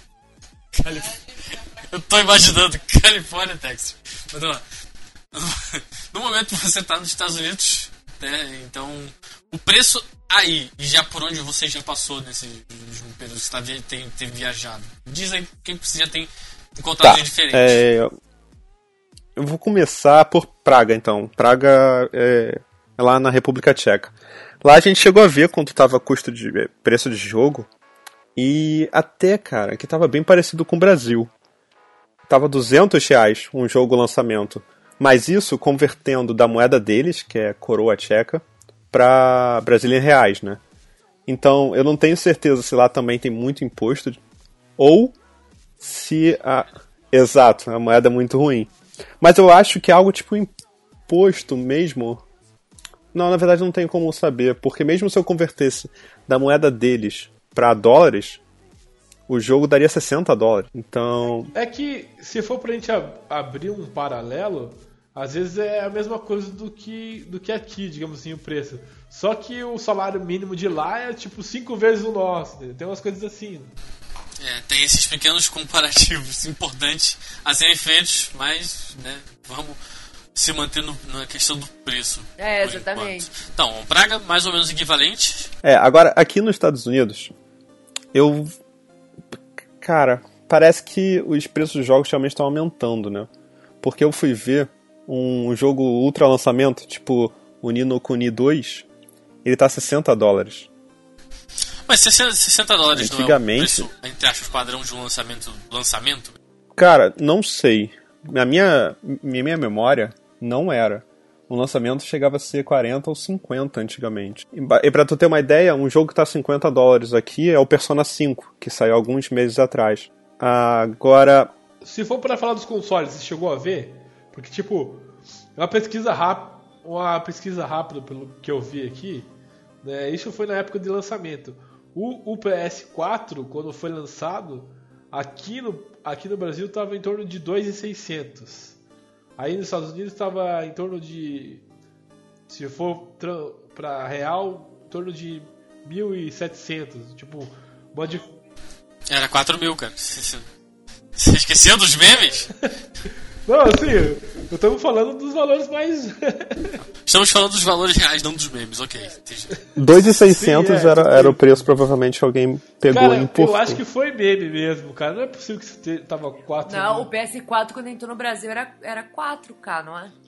Eu tô imaginando Califórnia, Texas. Mas vamos lá. No momento você tá nos Estados Unidos, né? Então o preço aí, e já por onde você já passou nesse período que você tem viajado, diz aí quem você já tem encontrado de diferente. Eu vou começar por Praga, então. Praga é lá na República Tcheca. Lá a gente chegou a ver quanto tava preço de jogo, e até, cara, que tava bem parecido com o Brasil. Tava R$200 um jogo lançamento. Mas isso convertendo da moeda deles, que é coroa tcheca, para Brasília em reais, né? Então, eu não tenho certeza se lá também tem muito imposto, ou se Exato, a moeda é muito ruim. Mas eu acho que é algo tipo imposto mesmo... Não, na verdade não tenho como saber, porque mesmo se eu convertesse da moeda deles para dólares, o jogo daria $60. Então... É que, se for pra gente abrir um paralelo, às vezes é a mesma coisa do que aqui, digamos assim, o preço. Só que o salário mínimo de lá é tipo 5 vezes o nosso. Tem umas coisas assim. Tem esses pequenos comparativos importantes a serem feitos, mas, né, vamos se manter na questão do preço. Exatamente. Então, Praga, mais ou menos equivalente. Agora, aqui nos Estados Unidos, Cara, parece que os preços dos jogos realmente estão aumentando, né? Porque eu fui ver um jogo ultra lançamento, tipo o Ni no Kuni 2, ele tá $60. Mas $60 antigamente, não é o preço, entre aspas, padrão de um lançamento? Cara, não sei. Na minha memória, não era. O lançamento chegava a ser 40 ou 50 antigamente. E pra tu ter uma ideia, um jogo que tá $50 aqui é o Persona 5, que saiu alguns meses atrás. Agora... Se for pra falar dos consoles, você chegou a ver? Porque, tipo, uma pesquisa rápida pelo que eu vi aqui, né, isso foi na época de lançamento. O PS4, quando foi lançado, aqui no Brasil estava em torno de 2.600. Aí nos Estados Unidos estava em torno de, se for para real, em torno de 1.700. Tipo, Era 4.000, cara. Você esqueceu dos memes? Não, assim, estamos falando dos valores mais... Estamos falando dos valores reais, não dos memes, ok. 2.600 era o preço, provavelmente, que alguém pegou cara, e importou. Eu acho que foi meme mesmo, cara. Não é possível que você tava 4 Não, mil. o PS4 quando entrou no Brasil era 4K, não é?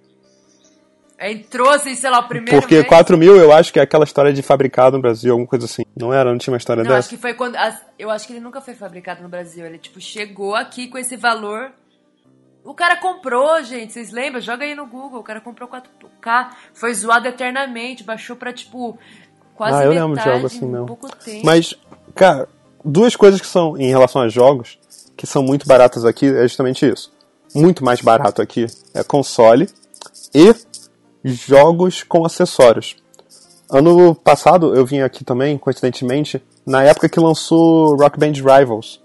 Entrou assim, sei lá, o primeiro Porque mês... 4.000 eu acho que é aquela história de fabricado no Brasil, alguma coisa assim. Não era? Não tinha uma história Não, dessa? acho que foi quando... Eu acho que ele nunca foi fabricado no Brasil. Ele, tipo, chegou aqui com esse valor... O cara comprou, gente, vocês lembram? Joga aí no Google, o cara comprou 4K, foi zoado eternamente, baixou pra, tipo, quase metade eu lembro de algo assim, em não. pouco tempo. Mas, cara, duas coisas que são, em relação a jogos, que são muito baratas aqui, é justamente isso. Muito mais barato aqui é console e jogos com acessórios. Ano passado, eu vim aqui também, coincidentemente, na época que lançou Rock Band Rivals.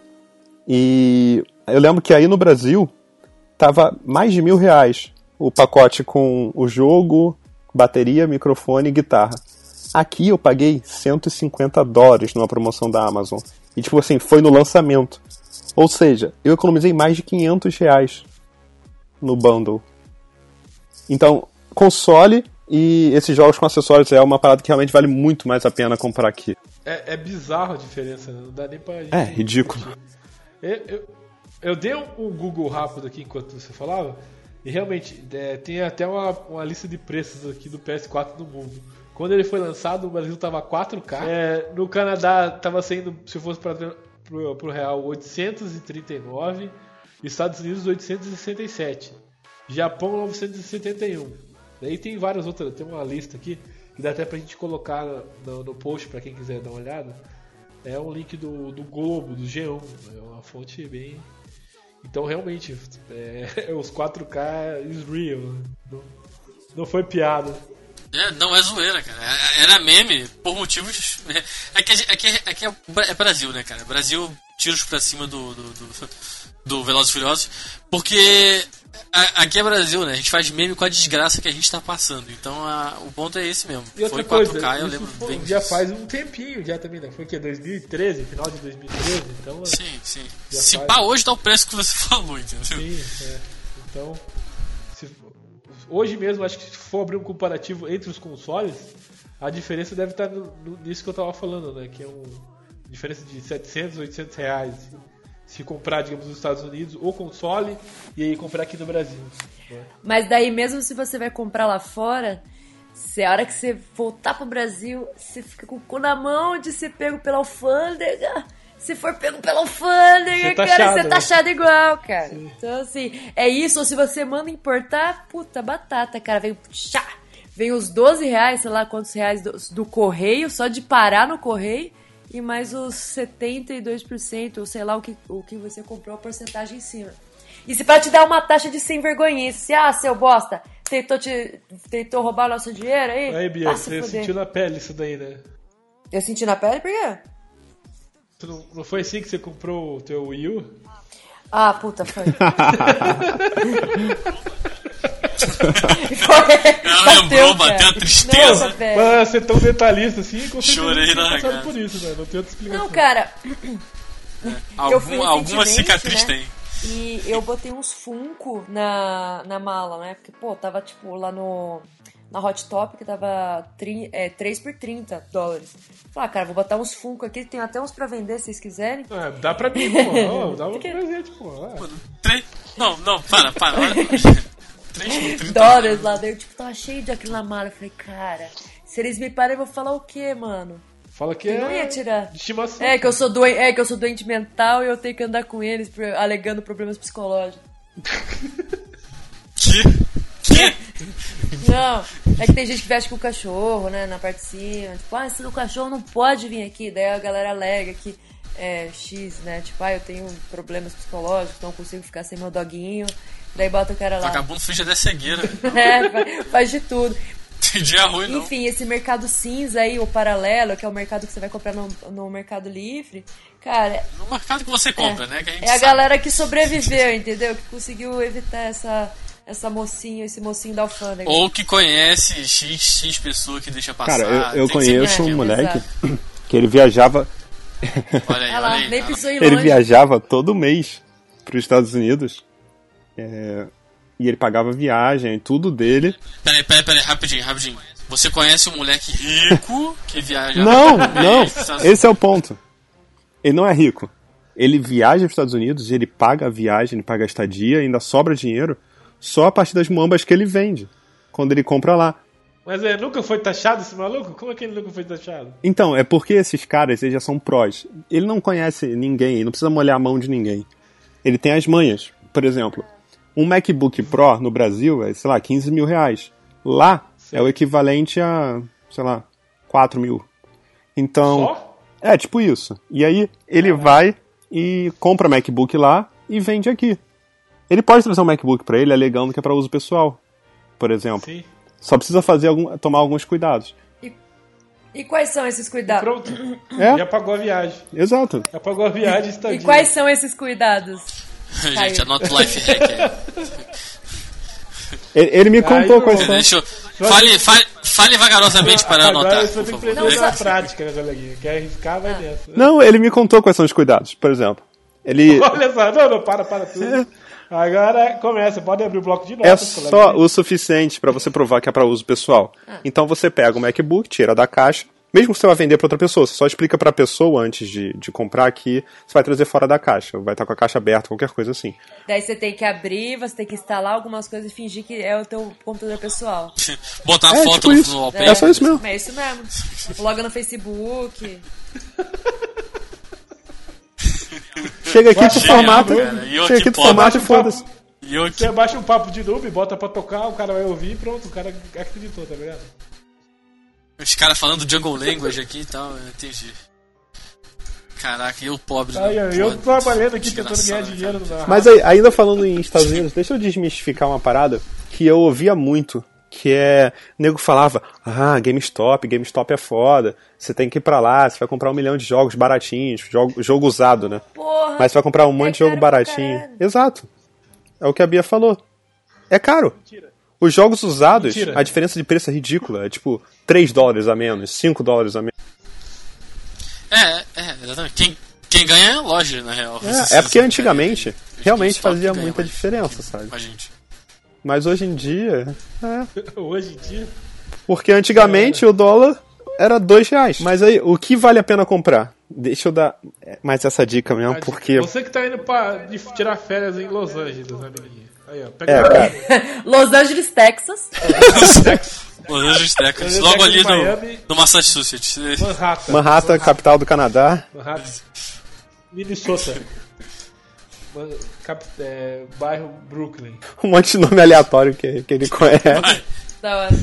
E eu lembro que aí no Brasil... tava mais de R$1.000 o pacote com o jogo, bateria, microfone e guitarra. Aqui eu paguei $150 numa promoção da Amazon. E tipo assim, foi no lançamento. Ou seja, eu economizei mais de R$500 no bundle. Então, console e esses jogos com acessórios é uma parada que realmente vale muito mais a pena comprar aqui. É bizarro a diferença, né? Não dá nem pra... É, ridículo. Eu dei um Google rápido aqui enquanto você falava, e realmente tem até uma lista de preços aqui do PS4 no mundo. Quando ele foi lançado, o Brasil tava 4K. No Canadá tava saindo, se fosse pro real, 839. Estados Unidos, 867. Japão, 971. Daí tem várias outras, tem uma lista aqui, que dá até pra gente colocar no post pra quem quiser dar uma olhada. É um link do Globo, do G1. É uma fonte bem... Então, realmente, os 4K is real. Não foi piada. Não é zoeira, cara. Era meme por motivos... Aqui é Brasil, né, cara? Brasil, tiros pra cima do Velozes e Furiosos. Porque aqui é Brasil, né? A gente faz meme com a desgraça que a gente tá passando. Então, o ponto é esse mesmo. E outra foi 4K, coisa, eu lembro bem já disso. faz um tempinho já também, né? Foi o quê? 2013? Final de 2013? Então, Sim. Se pá, hoje dá o preço que você falou, entendeu? Sim, Então, hoje mesmo, acho que se for abrir um comparativo entre os consoles, a diferença deve estar nisso que eu tava falando, né? Que é uma diferença de R$700, R$800. Se comprar, digamos, nos Estados Unidos, o console, e aí comprar aqui no Brasil. Né? Mas daí, mesmo se você vai comprar lá fora, a hora que você voltar pro Brasil, você fica com o cu na mão de ser pego pela alfândega. Se for pego pela alfândega, cara, você tá taxado igual, cara. Sim. Então, assim, é isso. Ou se você manda importar, puta, batata, cara. Vem os R$12, sei lá quantos reais do correio, só de parar no correio. E mais os 72%, ou sei lá o que você comprou, a porcentagem em cima. Isso pra te dar uma taxa de sem vergonhice. Seu bosta, tentou roubar nosso dinheiro aí? Aí, Bia, você sentiu na pele isso daí, né? Eu senti na pele? Por quê? Não foi assim que você comprou o teu Wii U? Ah, puta, foi. Ela lembrou, bateu a tristeza. Nossa, mas ser tão detalhista assim, com chorei na cara. por isso, né? Não tem outra explicação. Não, cara. Alguma cicatriz, né? Tem. E eu botei uns Funko na mala, né? Porque, pô, tava tipo lá na Hot Top, que tava 3 por $30. Falei, cara, vou botar uns Funko aqui, tem até uns pra vender se vocês quiserem. Dá pra mim, pô. Dá um presente, pô. Não, para. $3 lá, daí eu tipo, tava cheio de aquilo na mala. Eu falei, cara, se eles me parem, eu vou falar o quê, mano? Fala que eu não ia tirar. De estimação. Que eu sou doente mental e eu tenho que andar com eles alegando problemas psicológicos. Que? Não, é que tem gente que veste com o cachorro, né, na parte de cima. Tipo, esse do cachorro não pode vir aqui. Daí a galera alega que é X, né? Tipo, eu tenho problemas psicológicos, não consigo ficar sem meu doguinho. Daí bota o cara lá. Vagabundo finge até cegueira. Faz de tudo. Tem dia ruim, não. Enfim, esse mercado cinza aí, o paralelo, que é o mercado que você vai comprar no Mercado Livre, cara... No mercado que você compra, né? Que a gente a galera que sobreviveu, entendeu? Que conseguiu evitar esse mocinho da alfândega. Ou que conhece X pessoa que deixa passar. Cara, eu conheço um moleque que ele viajava... Olha aí. Nem pisou em Ele longe. viajava todo mês para os Estados Unidos. E ele pagava viagem, tudo dele. Peraí, rapidinho. Você conhece um moleque rico que viaja... Não, esse é o ponto. Ele não é rico. Ele viaja para os Estados Unidos, ele paga a viagem, ele paga a estadia, ainda sobra dinheiro só a partir das muambas que ele vende, quando ele compra lá. Mas ele nunca foi taxado, esse maluco? Como é que ele nunca foi taxado? Então, é porque esses caras, eles já são prós. Ele não conhece ninguém, ele não precisa molhar a mão de ninguém. Ele tem as manhas. Por exemplo, um MacBook Pro no Brasil é, sei lá, 15 mil reais. Lá é o equivalente a, sei lá, 4 mil. Então, Só? é tipo isso. E aí ele vai e compra MacBook lá e vende aqui. Ele pode trazer um MacBook pra ele alegando que é para uso pessoal, por exemplo. Sim. Só precisa tomar alguns cuidados. E quais são esses cuidados? Pronto. É? Já pagou a viagem. Exato. Já pagou a viagem e está E quais são esses cuidados? Gente, anota o life hack aí. Ele me contou quais são. Deixa eu... Fale vagarosamente para eu anotar. Agora você tem que aprender na prática, coleguinha. Quer arriscar, vai nessa. Não, ele me contou quais são os cuidados. Por exemplo, ele... Olha só, não, para tudo. Agora começa, pode abrir o bloco de É notas. só o suficiente para você provar que é para uso pessoal. Então você pega o MacBook, tira da caixa, mesmo que você vai vender para outra pessoa, você só explica para a pessoa antes de comprar que você vai trazer fora da caixa, vai estar com a caixa aberta, qualquer coisa assim. Daí você tem que abrir, você tem que instalar algumas coisas e fingir que é o teu computador pessoal. Botar a foto tipo isso. no wallpaper. É só isso mesmo. É isso mesmo. Loga no Facebook. Chega aqui, tu formata, cara, e eu chega que aqui, tu pobre. formata e foda-se. E eu Você baixa um papo de noob, bota pra tocar, o cara vai ouvir e pronto, o cara acreditou, tá ligado? Os caras falando jungle language aqui e tal, eu entendi. Caraca, e eu pobre. Aí, eu trabalhando aqui tentando ganhar Desgraçado, dinheiro na Mas aí, ainda falando em Estados Unidos, deixa eu desmistificar uma parada que eu ouvia muito, que é... O nego falava, GameStop é foda, você tem que ir pra lá, você vai comprar 1 milhão de jogos baratinhos, jogo usado, né? Porra, Mas você vai comprar um monte de jogo caro pra baratinho. caralho. Exato. É o que a Bia falou. É caro. Mentira. Os jogos usados, Mentira. a diferença de preço é ridícula. É tipo $3 a menos, $5 a menos. Exatamente. Quem ganha é a loja, na real. É porque antigamente realmente GameStop fazia ganha muita mais diferença, sabe? Com a gente. Mas hoje em dia... Hoje em dia. Porque antigamente o dólar era R$2. Mas aí, o que vale a pena comprar? Deixa eu dar mais essa dica mesmo, porque... Você que tá indo de tirar férias em Los Angeles, amiguinho. Aí, ó. É, cara. Los Angeles, Texas. Los Angeles, Texas. Los Logo Angeles, ali Miami. no Massachusetts. Manhattan, capital do Canadá. Manhattan. Minnesota. Bairro Brooklyn. Um monte de nome aleatório que ele conhece. Da hora.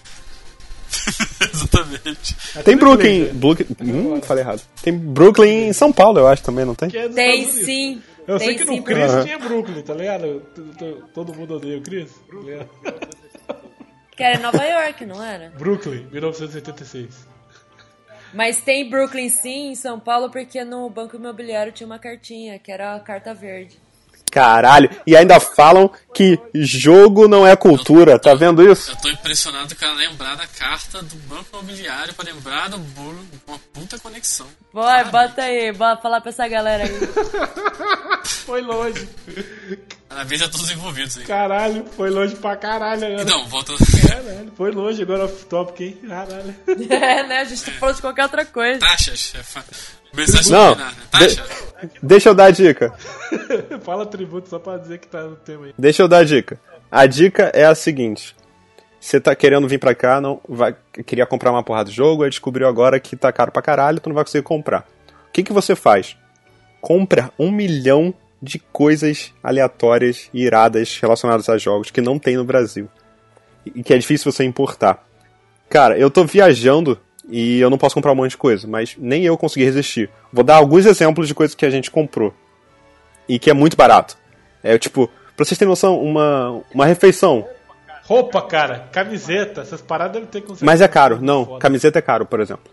Exatamente. Tem Brooklyn. Falei errado. Tem Brooklyn em São Paulo, eu acho também, não tem? Que é dos Tem Estados Unidos. sim. Eu Tem sei que sim, no Chris Aham. tinha Brooklyn, tá ligado? Todo mundo odeia o Chris. Tá ligado? Que era em Nova York, não era? Brooklyn, 1986. Mas tem Brooklyn sim, em São Paulo, porque no Banco Imobiliário tinha uma cartinha, que era a carta verde. Caralho. E ainda falam que jogo não é cultura, tá vendo isso? Eu tô impressionado com ela lembrar da carta do Banco Imobiliário pra lembrar do bolo. Uma puta conexão. Vai, bota aí, bota falar pra essa galera aí. Foi longe. Parabéns a todos os envolvidos aí. Caralho, foi longe pra caralho agora. Então, voltando. Caralho, foi longe agora off-topic, hein? Caralho. É, né? A gente tá falando de qualquer outra coisa. Taxas. Mensagem Não, subliminar, né? Taxa. Deixa eu dar a dica. Fala tributo só pra dizer que tá no tema aí. Deixa eu dar a dica. A dica é a seguinte. Você tá querendo vir pra cá, queria comprar uma porrada de jogo, aí descobriu agora que tá caro pra caralho, tu não vai conseguir comprar. O que você faz? Compra 1 milhão de coisas aleatórias e iradas relacionadas a jogos que não tem no Brasil. e que é difícil você importar. Cara, eu tô viajando e eu não posso comprar um monte de coisa, mas nem eu consegui resistir. Vou dar alguns exemplos de coisas que a gente comprou e que é muito barato. Tipo, pra vocês terem noção, uma refeição. Roupa, cara, camiseta, essas paradas devem ter conseguido. Mas é caro, não. Camiseta é caro, por exemplo.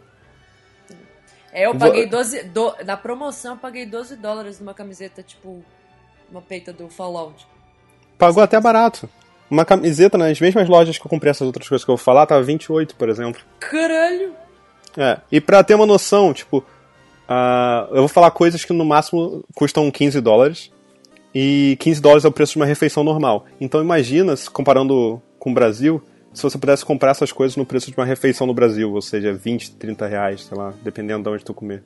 Eu paguei na promoção eu paguei $12 numa camiseta, tipo, uma peita do Fallout. Pagou até barato. Uma camiseta nas mesmas lojas que eu comprei essas outras coisas que eu vou falar, tava 28, por exemplo. Caralho! E pra ter uma noção, tipo, eu vou falar coisas que no máximo custam $15. E $15 é o preço de uma refeição normal. Então imagina, comparando com o Brasil, se você pudesse comprar essas coisas no preço de uma refeição no Brasil, ou seja, 20, 30 reais, sei lá, dependendo de onde tu comer.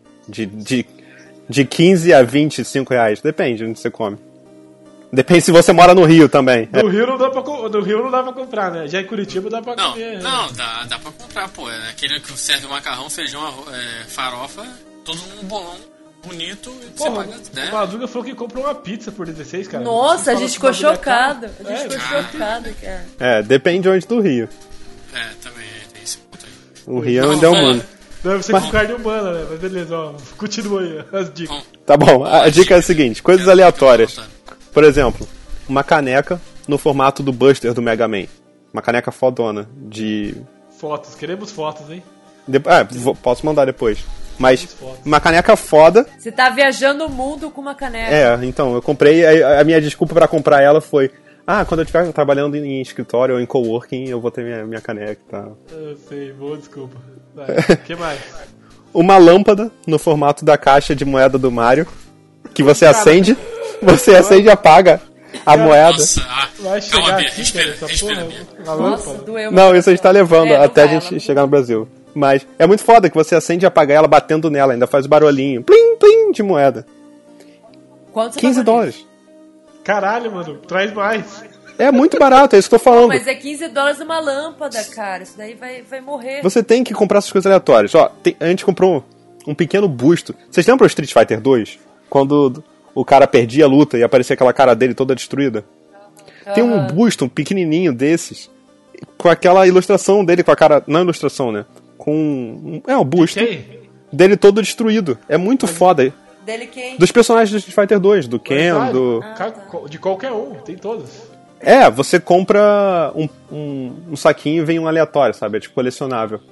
De 15 a 25 reais, depende de onde você come. Depende se você mora no Rio também. No Rio não dá pra comprar, né? Já em Curitiba dá pra comer. Não, dá pra comprar, pô. É aquele que serve macarrão, feijão, farofa, tudo num bolão bonito e você paga, né? O Madruga falou que comprou uma pizza por 16, cara. Nossa, a gente ficou chocado. A gente ficou chocado, cara. Depende de onde do Rio. Também tem esse ponto aí. O Rio ainda é o mundo. Deve ser com carne humana, né? Mas beleza, ó. Continua aí as dicas. Tá bom, a dica é a seguinte, coisas aleatórias. Por exemplo, uma caneca no formato do Buster do Mega Man. Uma caneca fodona de... Fotos, queremos fotos, hein? Posso mandar depois. Mas uma caneca foda. Você tá viajando o mundo com uma caneca. Então, eu comprei, a minha desculpa pra comprar ela foi... quando eu estiver trabalhando em escritório ou em coworking, eu vou ter minha caneca e tal. Eu sei, boa desculpa. O que mais? Uma lâmpada no formato da caixa de moeda do Mario, que você acende e apaga a moeda. Nossa, vai chegar aqui, respira. Nossa, doeu. Não, isso a gente tá levando até a gente chegar no Brasil. Mas é muito foda que você acende e apaga ela batendo nela, ainda faz barulhinho. Plim, plim, de moeda. Quanto $15. Caralho, mano, traz mais. É muito barato, é isso que eu tô falando. Mas é $15 numa lâmpada, cara. Isso daí vai morrer. Você tem que comprar essas coisas aleatórias. A gente comprou um pequeno busto. Vocês lembram o Street Fighter 2? Quando o cara perdia a luta e aparecia aquela cara dele toda destruída? Tem um busto, um pequenininho desses, com aquela ilustração dele, com a cara... Não ilustração, né? Com... um busto dele todo destruído. É muito foda. Dele quem? Dos personagens do Street Fighter 2, do Ken, do... De qualquer um, tem todos. Você compra um saquinho e vem um aleatório, sabe? É tipo colecionável.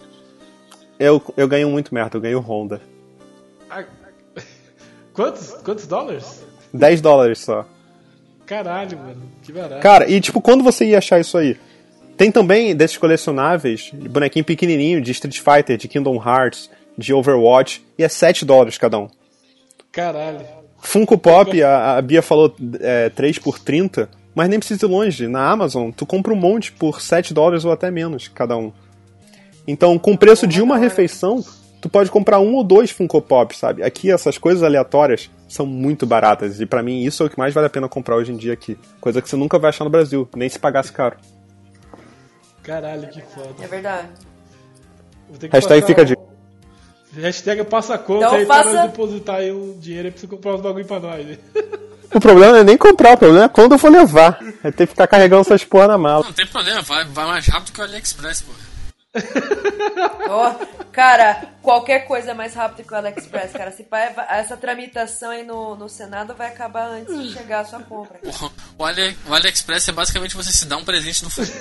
Eu ganho muito merda, eu ganho Honda. Quantos dólares? $10 só. Caralho, mano, que barato. Cara, e tipo, quando você ia achar isso aí? Tem também desses colecionáveis, bonequinho pequenininho de Street Fighter, de Kingdom Hearts, de Overwatch, e é $7 cada um. Caralho. Funko Pop, a Bia falou 3 por 30, mas nem precisa ir longe. Na Amazon, tu compra um monte por $7 ou até menos cada um. Então, com o preço de uma refeição, tu pode comprar 1 ou 2 Funko Pop, sabe? Aqui, essas coisas aleatórias são muito baratas. E pra mim, isso é o que mais vale a pena comprar hoje em dia aqui. Coisa que você nunca vai achar no Brasil, nem se pagasse caro. Caralho, que foda. É verdade. Hashtag fica de... Hashtag passa a conta então aí pra nós depositar aí o dinheiro aí pra você comprar uns bagulho pra nós. O problema não é nem comprar, o problema é quando eu for levar. É ter que ficar carregando essas porra na mala. Não tem problema, vai mais rápido que o AliExpress, porra. Cara, qualquer coisa é mais rápido que o AliExpress, cara. Se essa tramitação aí no Senado vai acabar antes de chegar a sua compra. O AliExpress é basicamente você se dar um presente no futuro.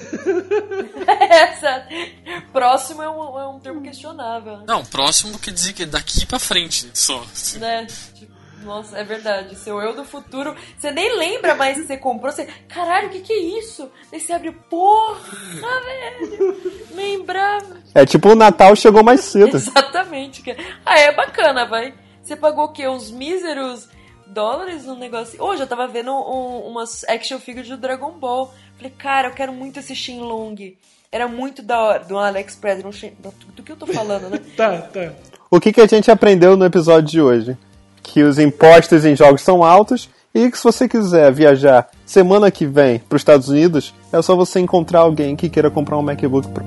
Próximo é um termo questionável. Né? Não, próximo quer dizer que daqui pra frente só. Né? Nossa, é verdade. Seu eu do futuro, você nem lembra mais que você comprou. Você, caralho, o que é isso? Daí você abre, porra, velho. Lembrava. É tipo o Natal chegou mais cedo. Exatamente. É bacana, vai. Você pagou o quê? Uns míseros $10 no negócio? Hoje eu tava vendo umas action figures do Dragon Ball. Falei, cara, eu quero muito esse Shenlong. Era muito da hora, do AliExpress. Do que eu tô falando, né? Tá. O que a gente aprendeu no episódio de hoje? Que os impostos em jogos são altos e que se você quiser viajar semana que vem para os Estados Unidos, é só você encontrar alguém que queira comprar um MacBook Pro.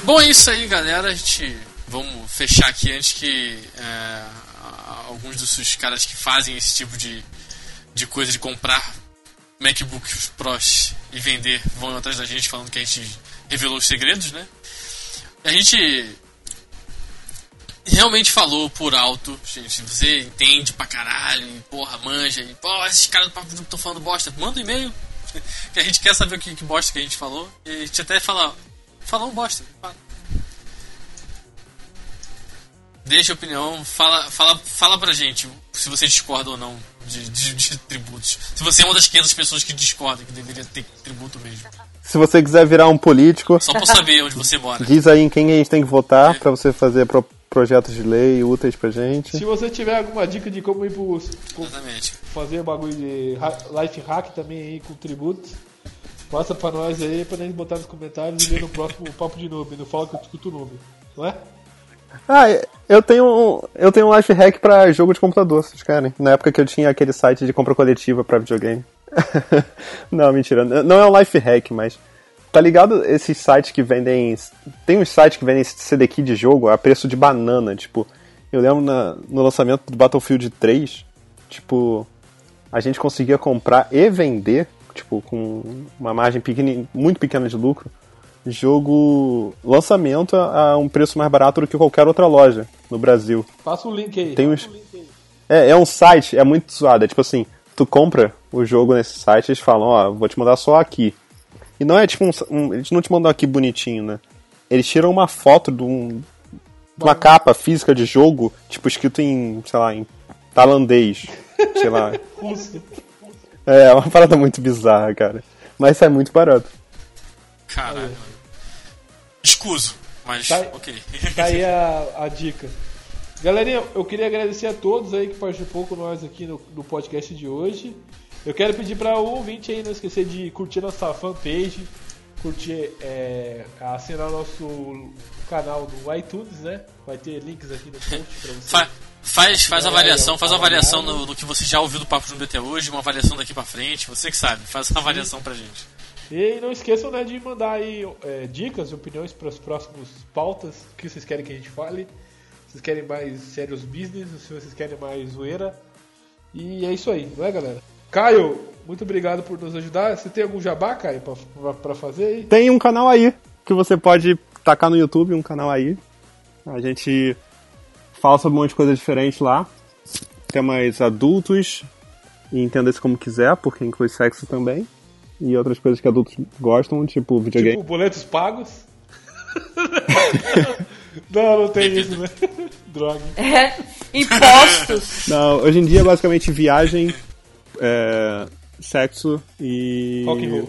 Bom, é isso aí, galera. Vamos fechar aqui antes que alguns dos caras que fazem esse tipo de coisa de comprar MacBook Pros e vender vão atrás da gente falando que a gente revelou os segredos, né? A gente realmente falou por alto, gente. Se você entende pra caralho, porra, manja, e pô, esses caras do Papo de Noob estão falando bosta, manda um e-mail que a gente quer saber o que bosta que a gente falou. E a gente até falou um bosta. Deixa a opinião, fala pra gente se você discorda ou não de tributos. Se você é uma das 500 pessoas que discorda que deveria ter tributo mesmo. Se você quiser virar um político... Só pra saber onde você mora. Diz aí em quem a gente tem que votar pra você fazer projetos de lei úteis pra gente. Se você tiver alguma dica de como ir Exatamente. fazer bagulho de life hack também aí com tributos, passa pra nós aí pra gente botar nos comentários e ler no próximo Papo de Noob. Não fala que eu discuto noob, não é? Eu tenho um life hack pra jogo de computador, se vocês querem. Na época que eu tinha aquele site de compra coletiva pra videogame. Não, mentira. Não é um life hack, mas... Tá ligado esses sites que vendem... Tem uns sites que vendem CD key de jogo a preço de banana, tipo... Eu lembro no lançamento do Battlefield 3, tipo... A gente conseguia comprar e vender, tipo, com uma margem muito pequena de lucro, jogo lançamento a um preço mais barato do que qualquer outra loja no Brasil. Passa o link aí. É um site, é muito zoado. É tipo assim, tu compra o jogo nesse site, eles falam, vou te mandar só aqui. E não é tipo eles não te mandam aqui bonitinho, né? Eles tiram uma foto de uma capa física de jogo, tipo, escrito em, sei lá, em tailandês. Sei lá. É uma parada muito bizarra, cara. Mas isso é muito barato. Caralho. Escuso, mas ok. Tá aí a dica. Galerinha, eu queria agradecer a todos aí que participou com nós aqui no podcast de hoje. Eu quero pedir para o ouvinte aí não esquecer de curtir nossa fanpage, assinar nosso canal no iTunes, né? Vai ter links aqui no post para você. Faz avaliação, faz uma avaliação no que você já ouviu do Papo de Noob até hoje, uma avaliação daqui pra frente, você que sabe, faz uma avaliação pra gente. E não esqueçam, né, de mandar aí dicas e opiniões para os próximos pautas, o que vocês querem que a gente fale. Se vocês querem mais sérios business, se vocês querem mais zoeira. E é isso aí, não é, galera? Caio, muito obrigado por nos ajudar. Você tem algum jabá, Caio, pra fazer aí? Tem um canal aí, que você pode tacar no YouTube, um canal aí. A gente fala sobre um monte de coisa diferente lá. Temas adultos, e entenda-se como quiser, porque inclui sexo também. E outras coisas que adultos gostam, tipo videogame. Tipo boletos pagos? Não tem isso, né? Droga. Impostos. Não, hoje em dia é basicamente viagem, sexo e... Rock and roll.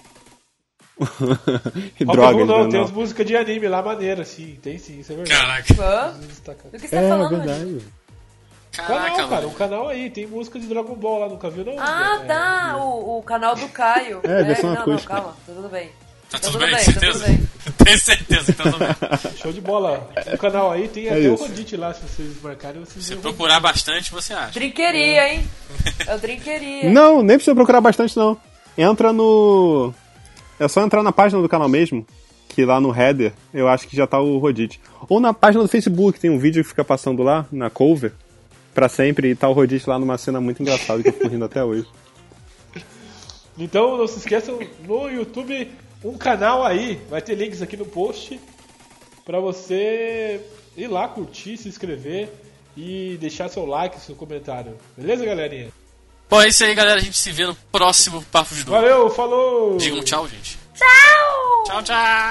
E Rock drogas, and roll não, né? tem as músicas de anime lá maneiras, sim. Tem sim, isso é verdade. Caraca. Do que você tá falando, verdade. Rogério? Cara, um canal aí, tem música de Dragon Ball lá, nunca viu não? Tá, o canal do Caio. versão não, acústica. Calma, tá tudo bem. Tá Tá tudo tudo bem, bem, certeza? tá tudo bem. Tenho certeza que tá tudo bem. Show de bola. O canal aí tem até isso. o Rodite lá, se vocês marcarem, vocês Se vão. procurar bastante, você acha. Drinqueria, hein? É o drinqueria. Não, nem precisa procurar bastante, não. Entra no... É só entrar na página do canal mesmo, que lá no header, eu acho que já tá o Rodite. Ou na página do Facebook, tem um vídeo que fica passando lá, na cover, pra sempre, e tá o Rodite lá numa cena muito engraçada, que eu fico rindo até hoje. Então não se esqueçam, no YouTube, um canal aí, vai ter links aqui no post, pra você ir lá, curtir, se inscrever e deixar seu like, seu comentário. Beleza, galerinha? Bom, é isso aí, galera. A gente se vê no próximo Papo de Noob. Valeu, falou! Digam tchau, gente. Tchau! Tchau,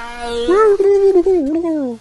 tchau!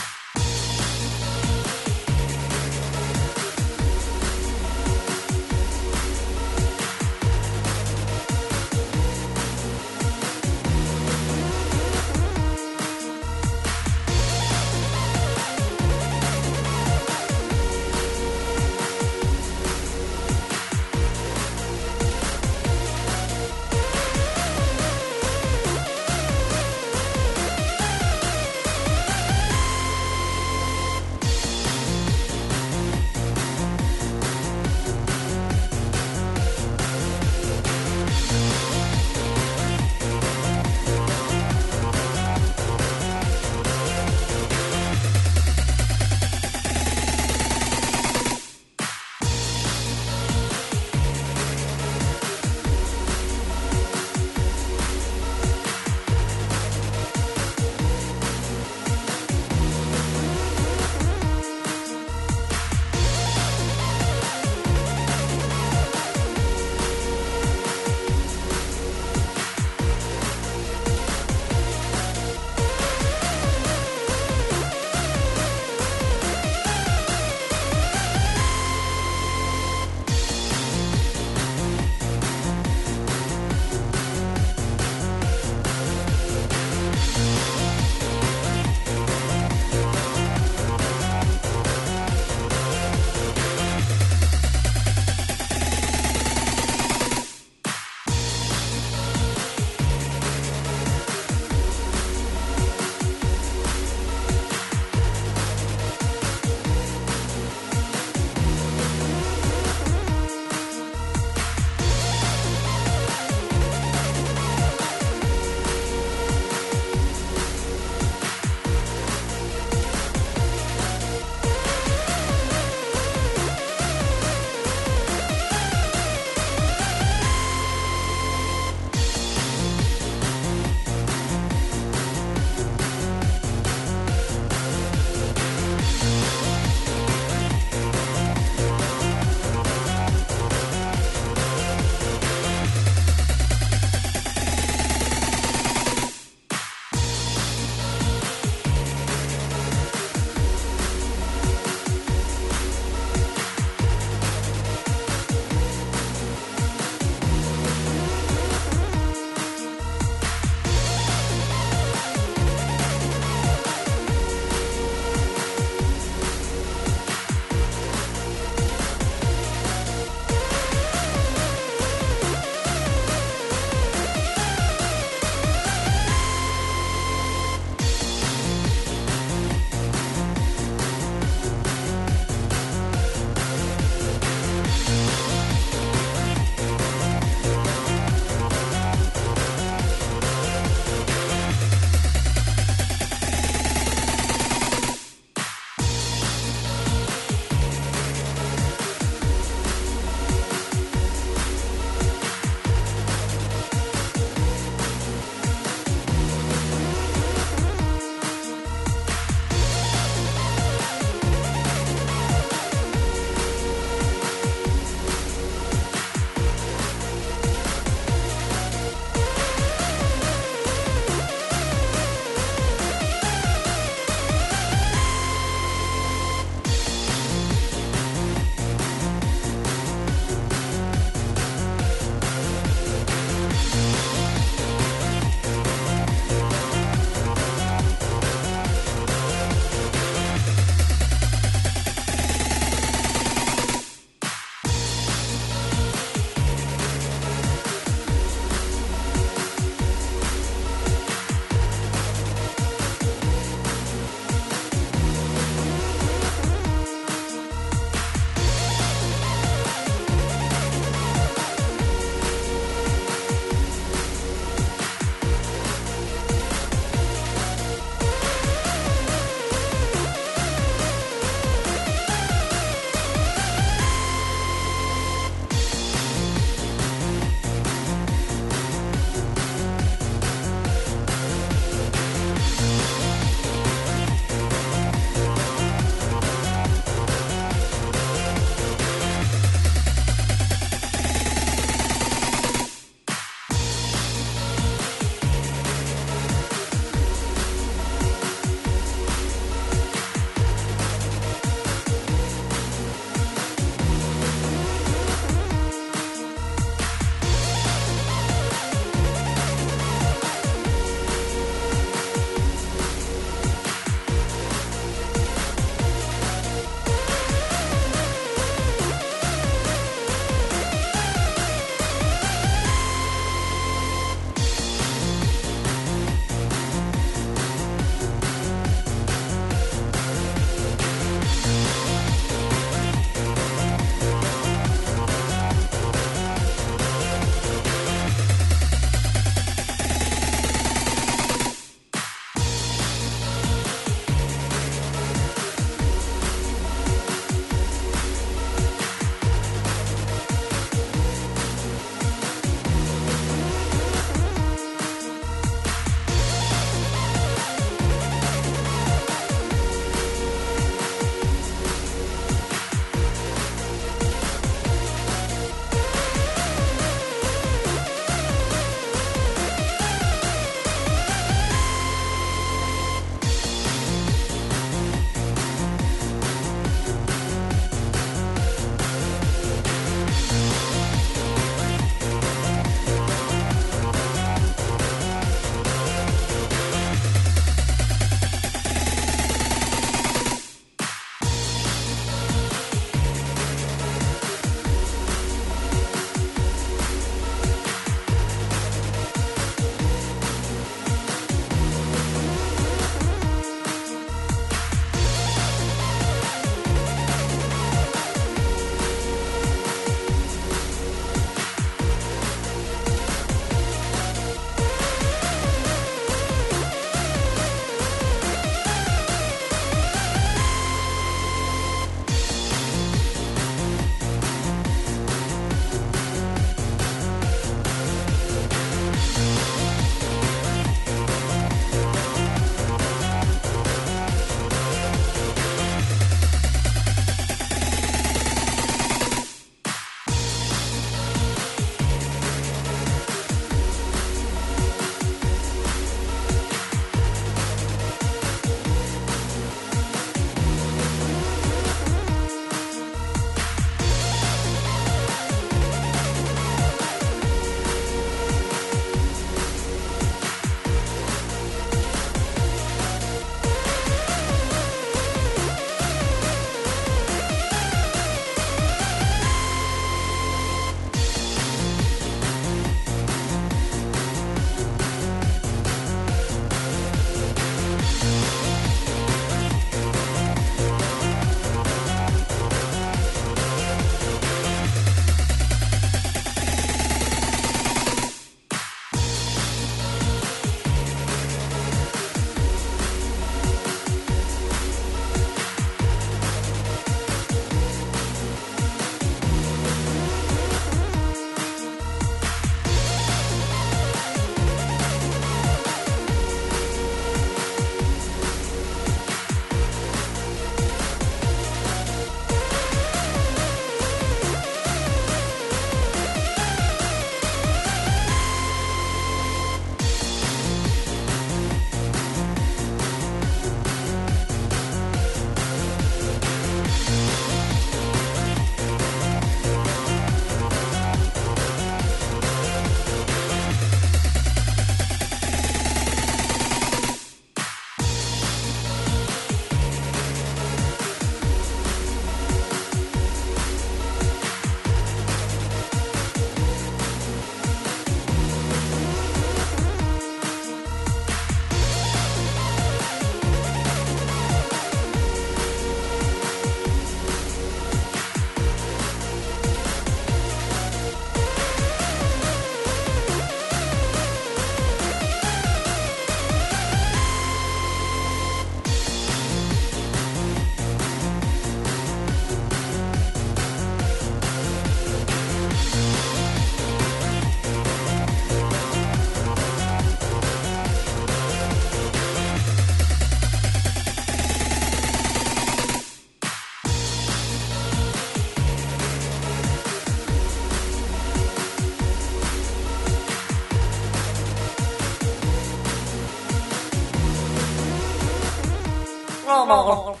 não.